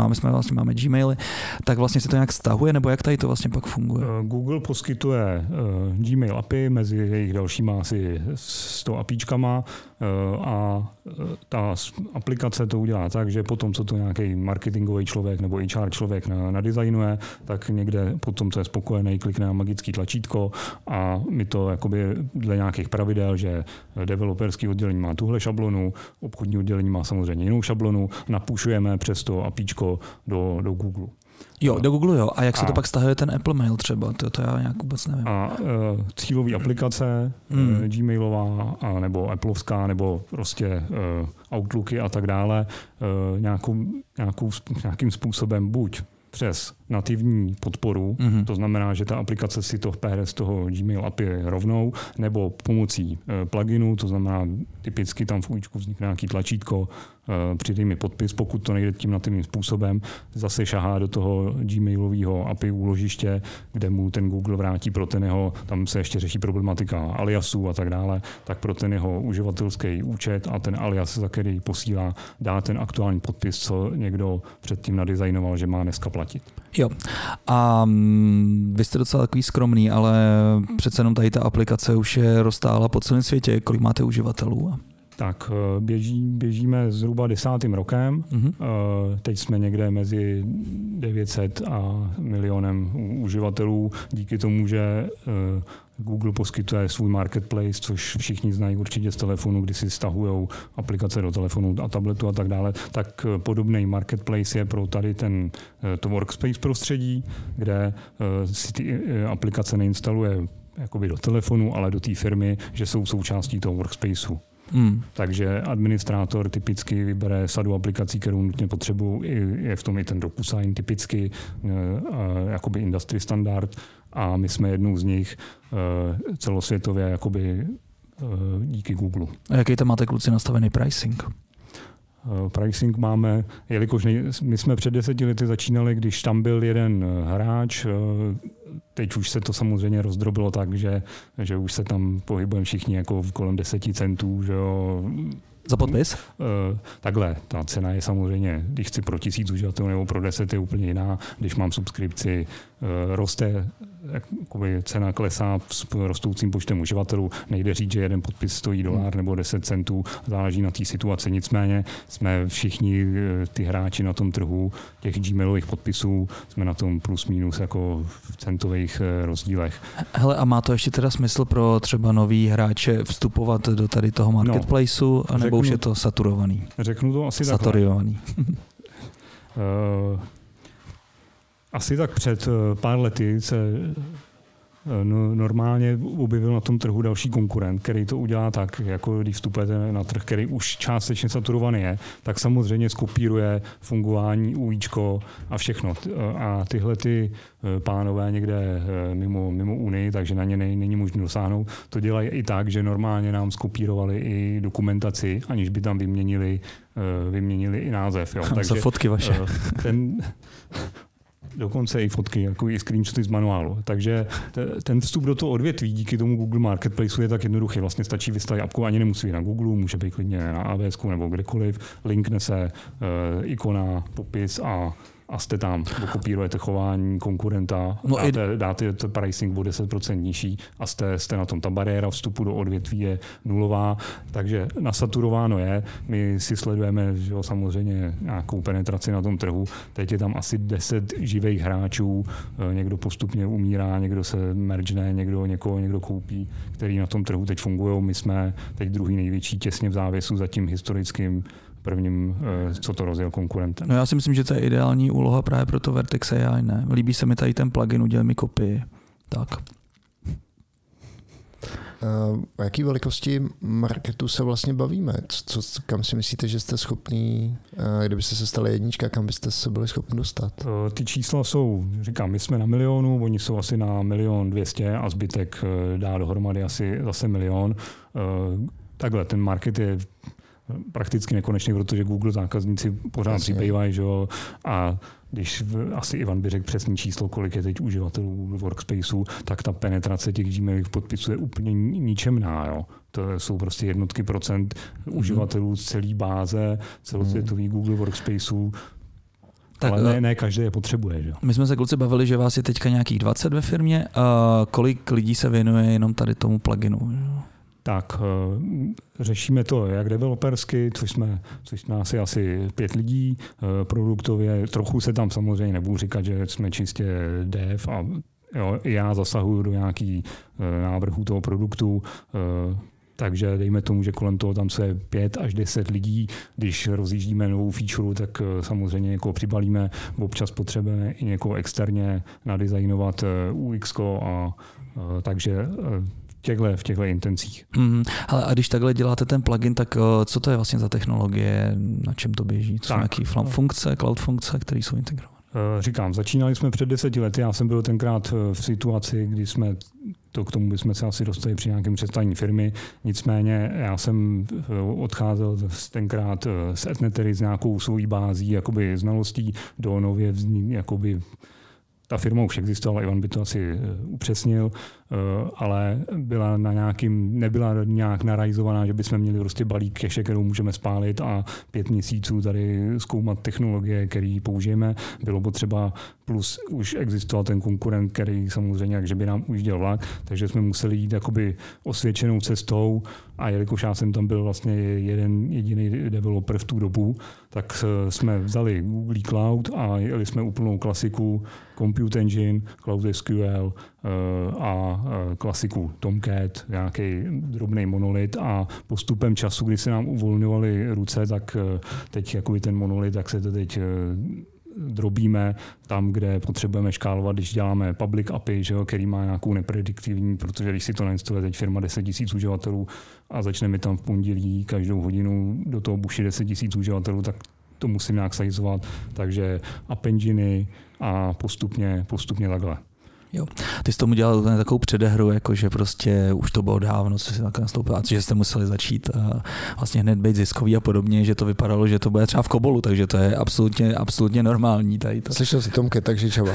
vlastně máme Gmaily, tak vlastně se to nějak stahuje, nebo jak tady to vlastně pak funguje? Google poskytuje uh, Gmail A P I mezi jejich dalšíma asi sto APIčkama uh, a ta aplikace to udělá tak, že potom, co to nějaký marketingový člověk nebo H R člověk nadizajnuje, tak někde potom, co je spokojený, klikne na magický tlačítko a my to jakoby dle nějakých pravidel, že developerský oddělení má tuhle šablonu, obchodní oddělení má samozřejmě jinou šablonu, napušujeme přes to APIčko do, do Google. Jo, do Google jo. A jak se a, to pak stahuje ten Apple Mail třeba? To, to já nějak vůbec nevím. A uh, cílový aplikace, hmm. uh, Gmailová, a nebo Appleovská, nebo prostě uh, Outlooky a tak dále, uh, nějakou, nějakou, nějakým způsobem buď přes nativní podporu, mm-hmm. to znamená, že ta aplikace si to vpere z toho Gmail A P I rovnou, nebo pomocí e, pluginu, to znamená typicky tam v účku vznikne nějaký tlačítko, e, přidej mi podpis, pokud to nejde tím nativním způsobem, zase šahá do toho Gmailového A P I úložiště, kde mu ten Google vrátí pro ten jeho, tam se ještě řeší problematika aliasů a tak dále, tak pro ten jeho uživatelský účet a ten alias, za který posílá, dá ten aktuální podpis, co někdo předtím nadizajnoval, že má dneska platit. Jo. A vy jste docela takový skromný, ale přece jenom tady ta aplikace už je roztáhla po celém světě. Kolik máte uživatelů? Tak běží, běžíme zhruba desátým rokem. Mm-hmm. Teď jsme někde mezi devět set a milionem uživatelů. Díky tomu, že Google poskytuje svůj marketplace, což všichni znají určitě z telefonu, kdy si stahují aplikace do telefonu a tabletu a tak dále, tak podobný marketplace je pro tady ten to workspace prostředí, kde si ty aplikace neinstaluje jakoby do telefonu, ale do té firmy, že jsou součástí toho workspaceu. Hmm. Takže administrátor typicky vybere sadu aplikací, kterou nutně potřebují, je v tom i ten DocuSign typicky, jakoby industry standard, a my jsme jednou z nich celosvětově jakoby díky Google. A jaký tam máte, kluci, nastavený pricing? Pricing máme, jelikož my jsme před deseti lety začínali, když tam byl jeden hráč, teď už se to samozřejmě rozdrobilo tak, že, že už se tam pohybujeme všichni jako kolem deseti centů, že jo. Za podpis? Uh, takhle, ta cena je samozřejmě, když chci pro tisíc uživatelů nebo pro deset, je úplně jiná. Když mám subskripci, uh, roste, jakoby cena klesá s rostoucím počtem uživatelů. Nejde říct, že jeden podpis stojí dolar nebo deset centů, záleží na té situaci. Nicméně jsme všichni ty hráči na tom trhu těch Gmailových podpisů, jsme na tom plus minus jako v centových rozdílech. Hele, a má to ještě teda smysl pro třeba nový hráče vstupovat do tady toho marketplaceu, no, nebo už je to saturovaný? Řeknu to asi takhle. Saturovaný. uh, asi tak před pár lety se no, normálně objevil na tom trhu další konkurent, který to udělá tak, jako když vstupujete na trh, který už částečně saturovaný je, tak samozřejmě skopíruje fungování UIčko a všechno. A tyhle ty pánové někde mimo, mimo Unii, takže na ně není možné dosáhnout, to dělají i tak, že normálně nám skopírovali i dokumentaci, aniž by tam vyměnili, vyměnili i název. Jo. Takže fotky vaše. Ten, dokonce i fotky, jako i screenshoty z manuálu. Takže t- ten vstup do toho odvětví díky tomu Google Marketplaceu je tak jednoduchý. Vlastně stačí vystavit apku, ani nemusí být na Google, může být klidně na A W S nebo kdekoliv. Link nese uh, ikona, popis a a jste tam, dokopírujete chování konkurenta, no dáte, dáte to pricing o deset procent nižší a jste, jste na tom. Ta bariéra vstupu do odvětví je nulová, takže nasaturováno je. My si sledujeme, že jo, samozřejmě nějakou penetraci na tom trhu. Teď je tam asi deset živých hráčů, někdo postupně umírá, někdo se mergene, někdo někoho někdo koupí, který na tom trhu teď fungují. My jsme teď druhý největší, těsně v závěsu za tím historickým prvním, co to rozjel konkurentem. No já si myslím, že to je ideální úloha právě pro to Vertex A I, ne? Líbí se mi tady ten plugin, udělej mi kopii. Tak. O jaký velikosti marketu se vlastně bavíme? Co, kam si myslíte, že jste schopný, kdybyste se stali jednička, kam byste se byli schopni dostat? Ty čísla jsou, říkám, my jsme na milionu, oni jsou asi na milion dvěstě a zbytek dá dohromady asi zase milion. Takhle, ten market je prakticky nekonečný, protože Google zákazníci pořád Jasně. přibývají, že jo, a když asi Ivan by řekl přesný číslo, kolik je teď uživatelů Google Workspaceu, tak ta penetrace těch Gmailových podpisů je úplně ničemná, jo. To jsou prostě jednotky procent mm. uživatelů z celé báze celosvětový mm. Google Workspaceu. Tak, ale ne, ne každý je potřebuje. Že? My jsme se kluci bavili, že vás je teďka nějakých dvacet ve firmě. A kolik lidí se věnuje jenom tady tomu pluginu? Tak řešíme to jak developersky, což jsme, což nás je asi pět lidí, produktově, trochu se tam samozřejmě nebudu říkat, že jsme čistě dev a jo, já zasahuju do nějaký návrhů toho produktu, takže dejme tomu, že kolem toho tam se pět až deset lidí. Když rozjíždíme novou feature, tak samozřejmě někoho přibalíme. Občas potřebujeme i někoho externě nadizajnovat U X ko a takže v těchto, v těchto intencích. Mm, ale a když takhle děláte ten plugin, tak co to je vlastně za technologie, na čem to běží? Co jsou nějaké funkce, cloud funkce, které jsou integrované? Říkám, začínali jsme před deseti lety, já jsem byl tenkrát v situaci, kdy jsme, to k tomu bychom se asi dostali při nějakém představení firmy, nicméně já jsem odcházel tenkrát z Etnetery s nějakou svojí bází, jakoby znalostí do nově jakoby ta firma už existovala, Ivan by to asi upřesnil, ale byla na nějakým, nebyla nějak narajzovaná, že bychom měli prostě balík cache, kterou můžeme spálit a pět měsíců tady zkoumat technologie, které použijeme. Bylo potřeba, plus už existoval ten konkurent, který samozřejmě, jakže by nám ujížděl vlak, takže jsme museli jít jakoby osvědčenou cestou a jelikož já jsem tam byl vlastně jeden jediný developer v tu dobu, tak jsme vzali Google Cloud a jeli jsme úplnou klasiku Compute Engine, Cloud S Q L a klasiku Tomcat, nějaký drobný monolit a postupem času, kdy se nám uvolňovaly ruce, tak teď jakoby ten monolit, tak se to teď drobíme tam, kde potřebujeme škálovat, když děláme public A P I, že jo, který má nějakou neprediktivní, protože když si to nainstaluje teď firma deset tisíc uživatelů a začne mi tam v pondělí každou hodinu do toho buší deset tisíc uživatelů, tak to musím nějak sajzovat, takže App Enginy a postupně, postupně takhle. Jo. Ty jsi tomu dělal takovou předehru, jako že prostě už to bylo dávno, co si takhle nastoupil, a že jste museli začít a vlastně hned být ziskový a podobně, že to vypadalo, že to bude třeba v Kobolu, takže to je absolutně, absolutně normální tady to. Slyšel jsi Tomke, takže čava.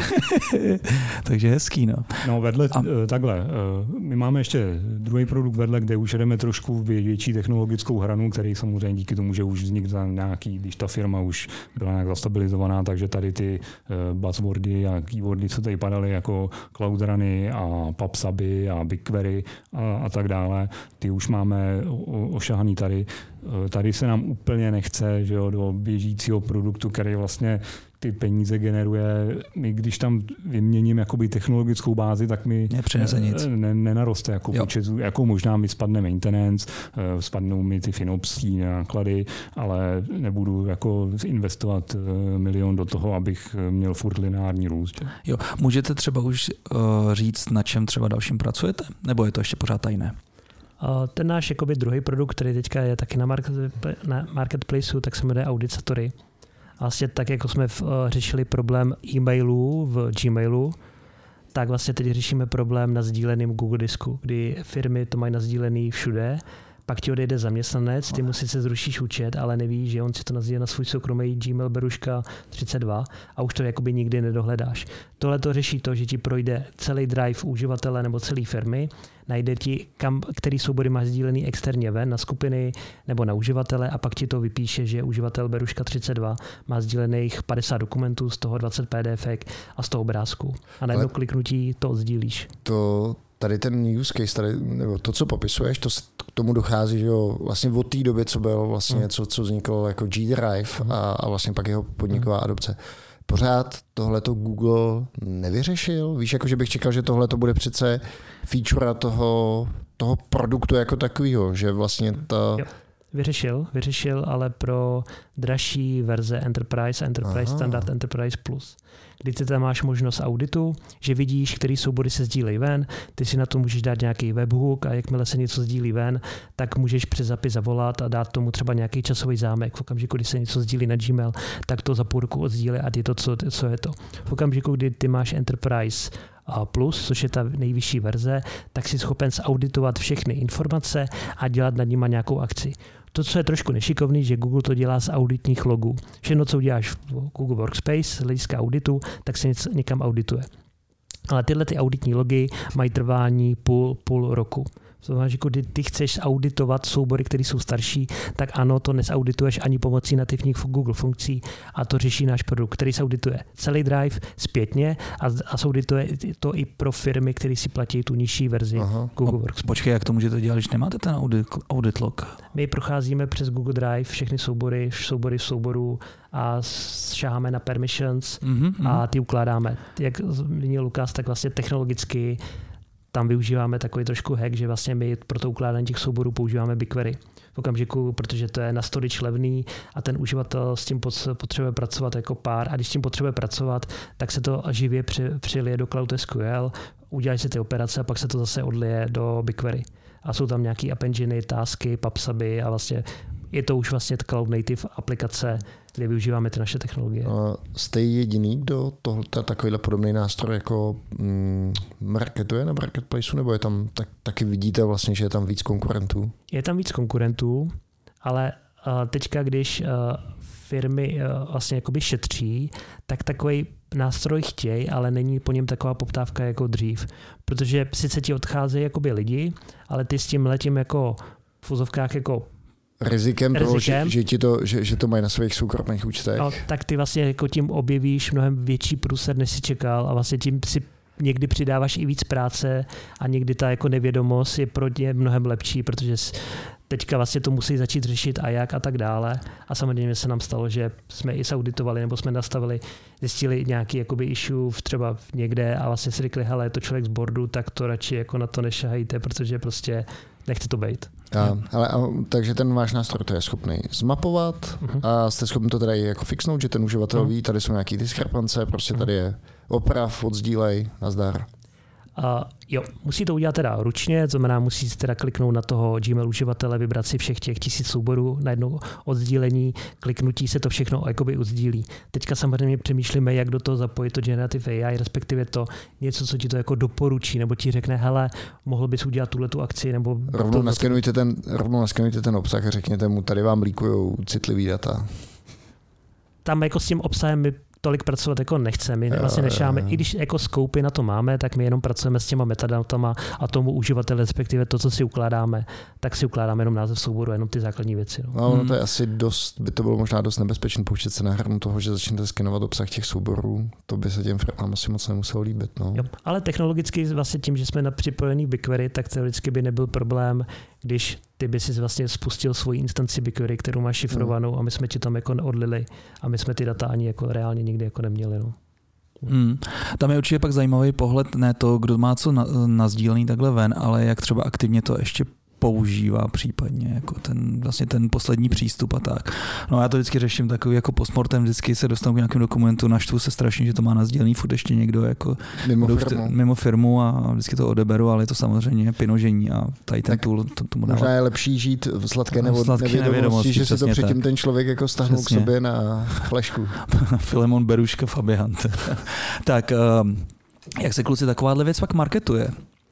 Takže hezký, no. No vedle, a... takhle, my máme ještě druhý produkt vedle, kde už jdeme trošku větší technologickou hranu, který samozřejmě díky tomu, že už vznikl nějaký, když ta firma už byla nějak zastabilizovaná, takže tady ty buzzwordy a keywordy, co tady padaly jako Cloud Runy a PubSuby a BigQuery a, a tak dále, ty už máme ošahaný tady. Tady se nám úplně nechce, že jo, do běžícího produktu, který vlastně ty peníze generuje. My, když tam vyměním jakoby technologickou bázi, tak mi ne, nenaroste jako počet, jako možná mi spadne maintenance, spadnou mi ty finopsí náklady, ale nebudu jako investovat milion do toho, abych měl furt lineární růst. Jo, můžete třeba už uh, říct, na čem třeba dalším pracujete? Nebo je to ještě pořád tajné? Ten náš jakoby druhý produkt, který teďka je taky na, market, na marketplaceu, tak se jmenuje Auditory. A vlastně tak, jako jsme v, uh, řešili problém e-mailů v Gmailu, tak vlastně teď řešíme problém na sdíleném Google disku, kdy firmy to mají nasdílený všude, pak ti odejde zaměstnanec, ty mu sice zrušíš účet, ale nevíš, že on si to nazdílí na svůj soukromý Gmail Beruška třicet dva a už to jakoby nikdy nedohledáš. Tohle to řeší to, že ti projde celý drive uživatele nebo celé firmy, najde ti, kam, který soubory máš sdílený externě ven na skupiny nebo na uživatele a pak ti to vypíše, že uživatel Beruška třicet dva má sdílených padesát dokumentů, z toho dvacet P D F a z toho obrázků. A na jedno kliknutí to oddílíš. To tady ten use case, tady, nebo to, co popisuješ, to k tomu dochází, že jo, vlastně od té doby, co byl vlastně hmm. něco, co vzniklo jako G-Drive hmm. a, a vlastně pak jeho podniková hmm. adopce. Pořád tohleto Google nevyřešil? Víš, jako že bych čekal, že tohle to bude přece feature toho, toho produktu jako takového, že vlastně ta... Jo. Vyřešil, vyřešil, ale pro dražší verze Enterprise, Enterprise Aha. Standard, Enterprise Plus. Kdy ty tam máš možnost auditu, že vidíš, který soubory se sdílejí ven, ty si na to můžeš dát nějaký webhook a jakmile se něco sdílí ven, tak můžeš přes A P I zavolat a dát tomu třeba nějaký časový zámek. V okamžiku, kdy se něco sdílí na Gmail, tak to za půl roku oddílí a je to, co, co je to. V okamžiku, kdy ty máš Enterprise Plus, což je ta nejvyšší verze, tak jsi schopen zauditovat všechny informace a dělat nad nima nějakou akci. To, co je trošku nešikovný, že Google to dělá z auditních logů. Všechno, co uděláš v Google Workspace z hlediska auditu, tak se něco, někam audituje. Ale tyhle ty auditní logy mají trvání půl, půl roku. To znamená, že kdy ty chceš auditovat soubory, které jsou starší, tak ano, to nesaudituješ ani pomocí nativních Google funkcí a to řeší náš produkt, který saudituje celý drive zpětně a, a saudituje to i pro firmy, které si platí tu nižší verzi Aha. Google Workspace. Počkej, jak to můžete dělat, když nemáte ten audit, audit log? My procházíme přes Google Drive všechny soubory, soubory souborů a šáháme na permissions mm-hmm. a ty ukládáme. Jak zmínil Lukáš, tak vlastně technologicky tam využíváme takový trošku hack, že vlastně my pro to ukládání těch souborů používáme BigQuery v okamžiku, protože to je na storage levný a ten uživatel s tím potřebuje pracovat jako pár a když s tím potřebuje pracovat, tak se to živě při, přilije do Cloud S Q L, udělají se ty operace a pak se to zase odlije do BigQuery. A jsou tam nějaký app engine, tasky, pubsuby a vlastně je to už vlastně cloud native aplikace, kde využíváme ty naše technologie. Jste jediný, kdo tohle, takovýhle podobný nástroj jako mm, marketuje na marketplaceu, nebo je tam tak, taky vidíte vlastně, že je tam víc konkurentů? Je tam víc konkurentů, ale uh, teďka, když uh, firmy uh, vlastně jakoby šetří, tak takový nástroj chtějí, ale není po něm taková poptávka jako dřív. Protože sice ti odcházejí jakoby lidi, ale ty s tím letím jako v úzovkách jako Rizikem, rizikem. Toho, že, že, ti to, že, že to mají na svých soukromých účtech. No, tak ty vlastně jako tím objevíš mnohem větší průser, než si čekal a vlastně tím si někdy přidáváš i víc práce a někdy ta jako nevědomost je pro ně mnohem lepší, protože teďka vlastně to musí začít řešit a jak a tak dále. A samozřejmě se nám stalo, že jsme i sauditovali nebo jsme nastavili, zjistili nějaký jakoby issue v třeba někde a vlastně si řekli, hele, je to člověk z boardu, tak to radši jako na to nešahajte, protože prostě nechce to být. A, ale, a, takže ten váš nástroj to je schopný zmapovat uh-huh. a jste schopni to teda i jako fixnout, že ten uživatel uh-huh. ví, tady jsou nějaký diskrepance, prostě tady je oprav, odzdílej, nazdar. Uh, jo, musí to udělat teda ručně, to znamená, musí si teda kliknout na toho Gmail uživatele, vybrat si všech těch tisíc souborů na jedno oddílení, kliknutí se to všechno jakoby odzdílí. Teďka samozřejmě přemýšlíme, jak do toho zapojit to Generative A I, respektive to něco, co ti to jako doporučí, nebo ti řekne, hele, mohl bys udělat tuhletu akci, nebo... Rovnou naskenujte ten, rovnou naskenujte ten obsah a řekněte mu, tady vám líkujou citlivý data. Tam jako s tím obsahem my tolik pracovat jako nechceme. My vlastně nešáme, i když jako skoupy na to máme, tak my jenom pracujeme s těma metadatama a tomu uživateli, respektive to, co si ukládáme, tak si ukládáme jenom název souboru, jenom ty základní věci. No, no, no to je asi dost, by to bylo možná dost nebezpečné pouštět se na hranu toho, že začnete skenovat obsah těch souborů. To by se těm firmám asi moc nemuselo líbit. No. Jo, ale technologicky vlastně tím, že jsme na připojený BigQuery, tak teoreticky by nebyl problém, když ty by si vlastně spustil svoji instanci BigQuery, kterou máš šifrovanou a my jsme ti tam jako odlili a my jsme ty data ani jako reálně nikdy jako neměli. No. Hmm. Tam je určitě pak zajímavý pohled, ne to, kdo má co na, nazdílený takhle ven, ale jak třeba aktivně to ještě používá případně, jako ten, vlastně ten poslední přístup a tak. No já to vždycky řeším takový jako postmortem, vždycky se dostanu k nějakému dokumentu, naštvu se strašně, že to má nazdílený furt ještě někdo jako mimo firmu. mimo firmu a vždycky to odeberu, ale je to samozřejmě pinožení a tady ten tak tool to, tomu dává. Možná je lepší žít v sladké nebo nevědomosti, že si to předtím tak. Ten člověk jako stáhnul k sobě na flešku. Filemon Beruška Fabiant. Tak, jak se kluci takováhle věc pak marketuje?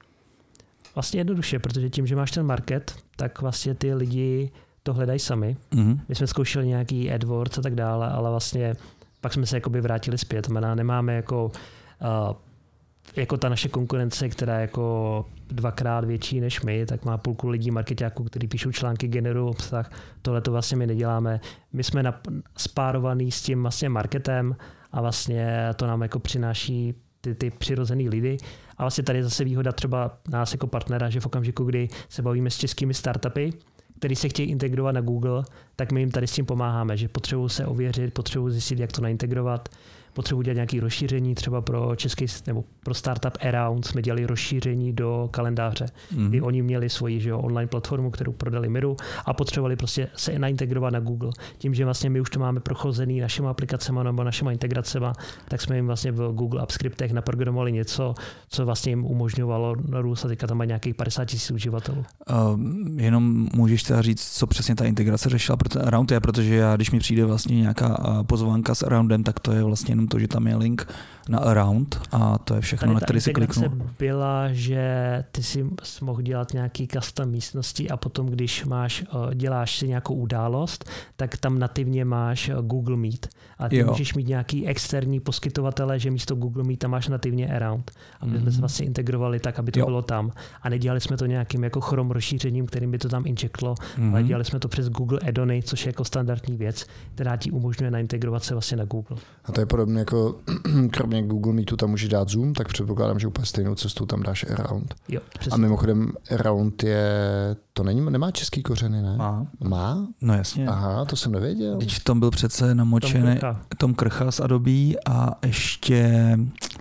Vlastně jednoduše, protože tím, že máš ten market, tak vlastně ty lidi to hledají sami. Mm-hmm. My jsme zkoušeli nějaký AdWords a tak dále, ale vlastně pak jsme se jakoby vrátili zpět. Znamená, nemáme jako, uh, jako ta naše konkurence, která je jako dvakrát větší než my, tak má půlku lidí marketáků, kteří píšou články, generují obsah. Tohle to vlastně my neděláme. My jsme na, spárovaný s tím vlastně marketem a vlastně to nám jako přináší ty, ty přirozený lidi. A vlastně tady je zase výhoda třeba nás jako partnera, že v okamžiku, kdy se bavíme s českými startupy, který se chtějí integrovat na Google, tak my jim tady s tím pomáháme, že potřebují se ověřit, potřebují zjistit, jak to naintegrovat, potřebují dělat nějaké rozšíření, třeba pro český nebo pro startup Around jsme dělali rozšíření do kalendáře, mm. kdy oni měli svoji že jo, online platformu, kterou prodali Miru a potřebovali prostě se naintegrovat na Google. Tím, že vlastně my už to máme prochozený našimi aplikacemi nebo našimi integracemi, tak jsme jim vlastně v Google App Scriptech naprogramovali něco, co vlastně jim umožňovalo růst a teďka tam mají nějakých padesát tisíc uživatelů. Uh, jenom můžeš teda říct, co přesně ta integrace řešila pro ten Around je, protože já, když mi přijde vlastně nějaká pozvánka s Aroundem, tak to je vlastně jenom to, že tam je link na Around a to je všechno, Tady na který si kliknu. Byla, že ty si mohl dělat nějaký custom místnosti a potom, když máš, děláš si nějakou událost, tak tam nativně máš Google Meet. A ty jo. můžeš mít nějaký externí poskytovatele, že místo Google Meet tam máš nativně Around. A my mm. jsme se vlastně integrovali tak, aby to jo. bylo tam. A nedělali jsme to nějakým jako Chrome rozšířením, kterým by to tam injektlo, mm. ale dělali jsme to přes Google Add-ony, což je jako standardní věc, která ti umožňuje naintegrovat se vlastně na Google. A to je podobně jako kromě Google Meetu tam můžeš dát Zoom, tak předpokládám, že úplně stejnou cestou tam dáš Around. Jo, a mimochodem Around je, to není, nemá český kořeny, ne? Má. Má? No jasně. Aha, to jsem nevěděl. Když v tom byl přece namočený Tom, Tom Krcha z Adobe a ještě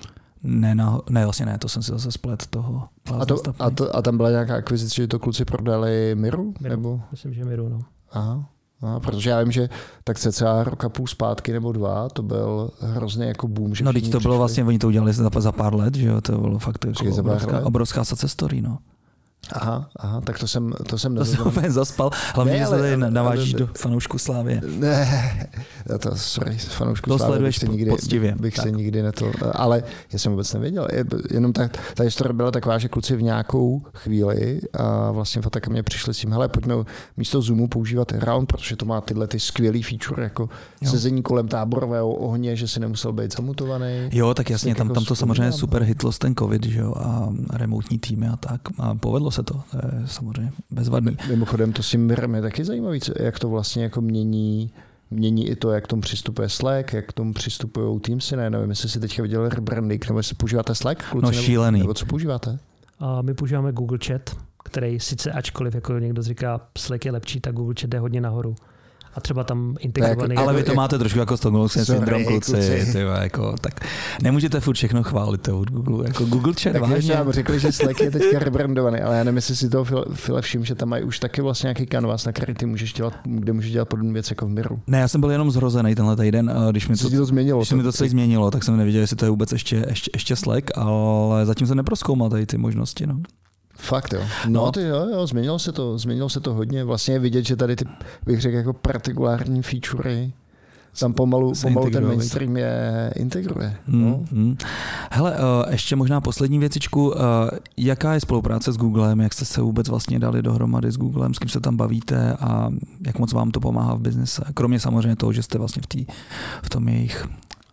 ne, na, ne, vlastně ne, to jsem si zase splet toho. A, to, a, to, a tam byla nějaká akvizice, že to kluci prodali Miru? Miru. Nebo? Myslím, že Miru, no. Aha. Aha, protože já vím, že tak cca rok a půl zpátky nebo dva, to byl hrozně jako boom. Že no, teď to přišli. bylo vlastně, oni to udělali za, za pár let, že jo, to bylo fakt jako obrovská, obrovská success story, no. Aha, aha, tak to jsem to jsem To jsem úplně zaspal, hlavně, ne, že se tady navážíš do fanoušku Slávie. Ne, to, sorry, fanoušku Slávie bych se nikdy, poctivě, bych tak. se nikdy neto, ale já jsem vůbec nevěděl, jenom ta, ta historie byla taková, že kluci v nějakou chvíli a vlastně tak mě přišli s tím, hele, pojďme místo Zoomu používat Around, protože to má tyhle ty skvělý feature, jako jo. sezení kolem táborového ohně, že si nemusel být zamutovaný. Jo, tak jasně, tam, jako tam to samozřejmě super hitlo ten covid, že jo, a remotní týmy a tak, a povedlo se to, to je samozřejmě bezvadný. Mimochodem to s tím Mirem je taky zajímavý, jak to vlastně jako mění, mění i to, jak k tomu přistupuje Slack, jak k tomu přistupují Teamsy, ne, nevím, jestli si teďka viděli rebranding, nebo jestli používáte Slack, kluci, no šílený. Nebo, nebo co používáte? A my používáme Google Chat, který sice ačkoliv jako někdo říká, Slack je lepší, tak Google Chat jde hodně nahoru. A třeba tam integrovaný... Jako, ale vy to jak, máte trošku jako Stockholmský syndrom, kluci. kluci. Tyjo, jako, tak nemůžete furt všechno chválit to od Google. Jako Google Chat, tak vážně. Tak řekli, že Slack je teďka rebrandovaný, ale já nevím, jestli si toho File všim, že tam mají už taky vlastně nějaký kanvas, na který ty můžeš dělat, kde můžeš dělat podobné věci jako v Miru. Ne, já jsem byl jenom zhrozený tenhle týden, když mi to, to změnilo. Když se mi to celý změnilo, tak jsem nevěděl, jestli to je vůbec ještě, ještě, ještě Slack, ale zatím jsem neprozkoumal tady ty možnosti. No. Fakt jo. No, no ty jo, jo, změnilo se to, změnilo se to hodně. Vlastně je vidět, že tady ty, bych řekl, jako partikulární featurey tam pomalu, pomalu ten mainstream je integruje. Hmm, no. hmm. Hele, uh, ještě možná poslední věcičku. Uh, jaká je spolupráce s Googlem? Jak jste se vůbec vlastně dali dohromady s Googlem? S kým se tam bavíte a jak moc vám to pomáhá v biznise? Kromě samozřejmě toho, že jste vlastně v, tý, v tom jejich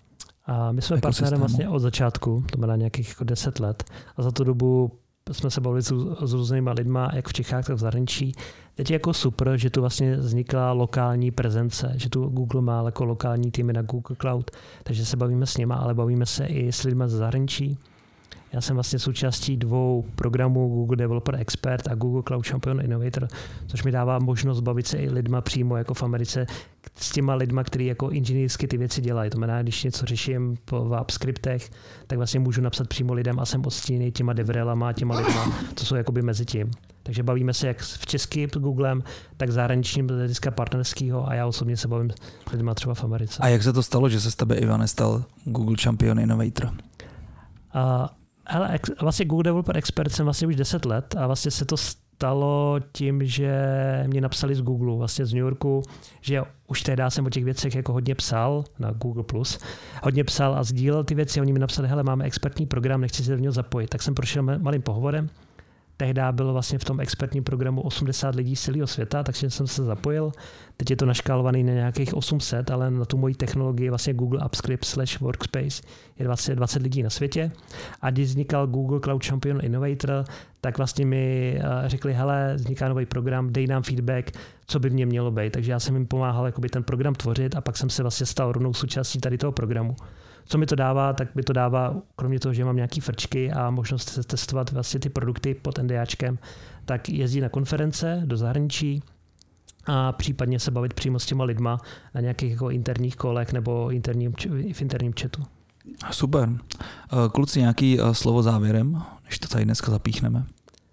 A my jsme partnerem vlastně od začátku, to má nějakých jako deset let. A za tu dobu jsme se bavili s, s různýma lidma, jak v Čechách, tak v zahraničí. Teď je jako super, že tu vlastně vznikla lokální prezence, že tu Google má jako lokální týmy na Google Cloud, takže se bavíme s nima, ale bavíme se i s lidmi ze zahraničí. Já jsem vlastně součástí dvou programů Google Developer Expert a Google Cloud Champion Innovator, což mi dává možnost bavit se i lidma přímo jako v Americe s těma lidma, kteří jako inženýrsky ty věci dělají. To znamená, když něco řeším v AppScriptech, tak vlastně můžu napsat přímo lidem a jsem odstíněný těma devrelama, těma lidma, co jsou jakoby mezi tím. Takže bavíme se jak v česky s Googlem, tak zahraničním hlediska partnerského a já osobně se bavím s lidma třeba v Americe. A jak se to stalo, že se z tebe, Ivane, stal Google Champion Innovator? A Ale vlastně Google Developer Expert jsem vlastně už deset let a vlastně se to stalo tím, že mě napsali z Google, vlastně z New Yorku, že už tehdy jsem o těch věcech jako hodně psal na Google plus, hodně psal a sdílel ty věci a oni mi napsali, hele, máme expertní program, nechci se do něho zapojit. Tak jsem prošel malým pohovorem. Tehdy bylo vlastně v tom expertním programu osmdesát lidí z celého světa, takže jsem se zapojil. Teď je to naškálovaný na nějakých osm set, ale na tu moji technologii vlastně Google AppScript slash Workspace je dvacet, dvacet lidí na světě. A když vznikal Google Cloud Champion Innovator, tak vlastně mi řekli, hele, vzniká nový program, dej nám feedback, co by v něm mělo být. Takže já jsem jim pomáhal jakoby ten program tvořit a pak jsem se vlastně stal rovnou součástí tady toho programu. Co mi to dává, tak mi to dává, kromě toho, že mám nějaký frčky a možnost testovat vlastně ty produkty pod NDAčkem, tak jezdí na konference do zahraničí a případně se bavit přímo s těma lidma na nějakých jako interních kolech nebo interním, v interním chatu. Super. Kluci, nějaký slovo závěrem, než to tady dneska zapíchneme?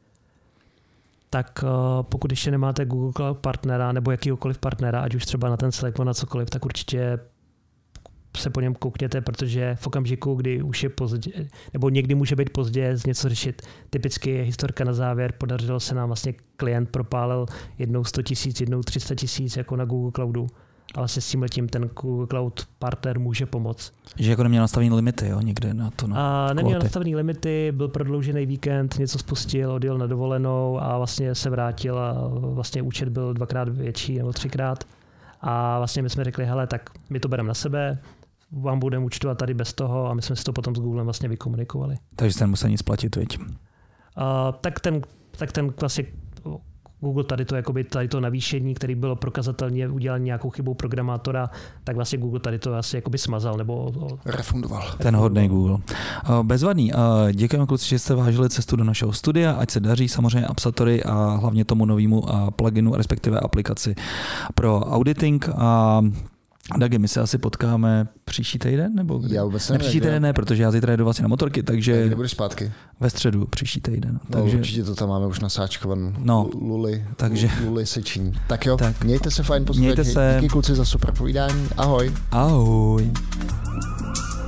Tak pokud ještě nemáte Google Cloud partnera nebo jakýkoliv partnera, ať už třeba na ten Slack na cokoliv, tak určitě se po něm koukněte, protože v okamžiku, kdy už je pozdě, nebo někdy může být pozdě z něco řešit. Typicky je historka na závěr, podařilo se nám vlastně klient propálil jednou sto tisíc, jednou tři sta tisíc jako na Google Cloudu a vlastně s tímhletím ten Google Cloud partner může pomoct. Že jako neměl nastavený limity, jo, někde na to. Na a neměl nastavený limity, byl prodloužený víkend, něco spustil, odjel na dovolenou a vlastně se vrátil a vlastně účet byl dvakrát větší nebo třikrát. A vlastně my jsme řekli, hele, tak my to bereme na sebe, vám budeme účtovat tady bez toho a my jsme si to potom s Googlem vlastně vykomunikovali. Takže jste nemusel nic platit, viď? A, tak ten, tak ten vlastně Google tady to, jakoby, tady to navýšení, který bylo prokazatelně udělané nějakou chybou programátora, tak vlastně Google tady to asi jakoby smazal nebo refundoval. Ten hodnej Google. Bezvadný. Děkujeme kluci, že jste vážili cestu do našeho studia, ať se daří samozřejmě Appsatory a hlavně tomu novému pluginu, respektive aplikaci pro auditing. A Dagi, my se asi potkáme příští týden? Nebo kdy? Já vůbec ne, příští týden ne, protože já zítra jdu vlastně na motorky, takže... Kdy budeš zpátky? Ve středu, příští týden. No, takže... určitě to tam máme už nasáčkovaný. No, Luli, takže... Luli sečení. Tak jo, tak. Mějte se fajn, Mějte se. Díky kluci za super povídání. Ahoj. Ahoj.